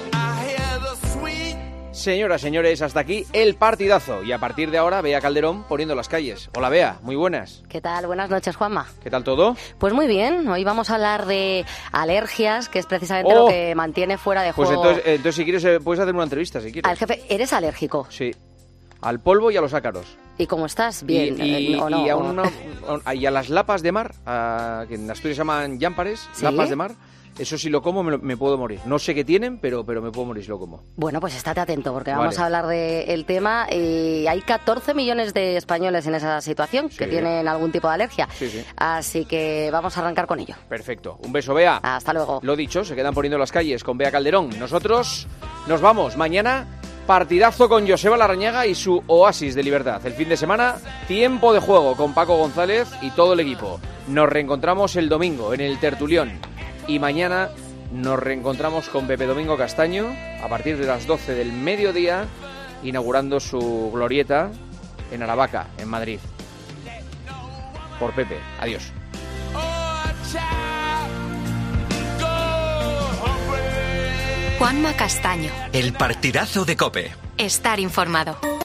Señoras, señores, hasta aquí el partidazo. Y a partir de ahora, Bea Calderón poniendo las calles. Hola, Bea, muy buenas. ¿Qué tal? Buenas noches, Juanma. ¿Qué tal todo? Pues muy bien. Hoy vamos a hablar de alergias, que es precisamente oh. lo que mantiene fuera de juego... Pues entonces, entonces, si quieres, puedes hacer una entrevista, si quieres. Al jefe, ¿eres alérgico? Sí. Al polvo y a los ácaros. ¿Y cómo estás? ¿Bien? Y, y, ¿o no? y, a, una, y a las lapas de mar, a, que en Asturias se llaman llámpares, ¿sí? Lapas de mar. Eso si lo como me, me puedo morir. No sé qué tienen, pero, pero me puedo morir si lo como. Bueno, pues estate atento porque vamos vale. a hablar del tema. Eh, hay catorce millones de españoles en esa situación sí. que tienen algún tipo de alergia. Sí, sí. Así que vamos a arrancar con ello. Perfecto. Un beso, Bea. Hasta luego. Lo dicho, se quedan poniendo las calles con Bea Calderón. Nosotros nos vamos. Mañana, partidazo con Joseba Larrañaga y su Oasis de Libertad. El fin de semana, tiempo de juego con Paco González y todo el equipo. Nos reencontramos el domingo en el Tertulión. Y mañana... nos reencontramos con Pepe Domingo Castaño a partir de las doce del mediodía, inaugurando su glorieta en Aravaca, en Madrid. Por Pepe. Adiós. Juanma Castaño. El partidazo de COPE. Estar informado.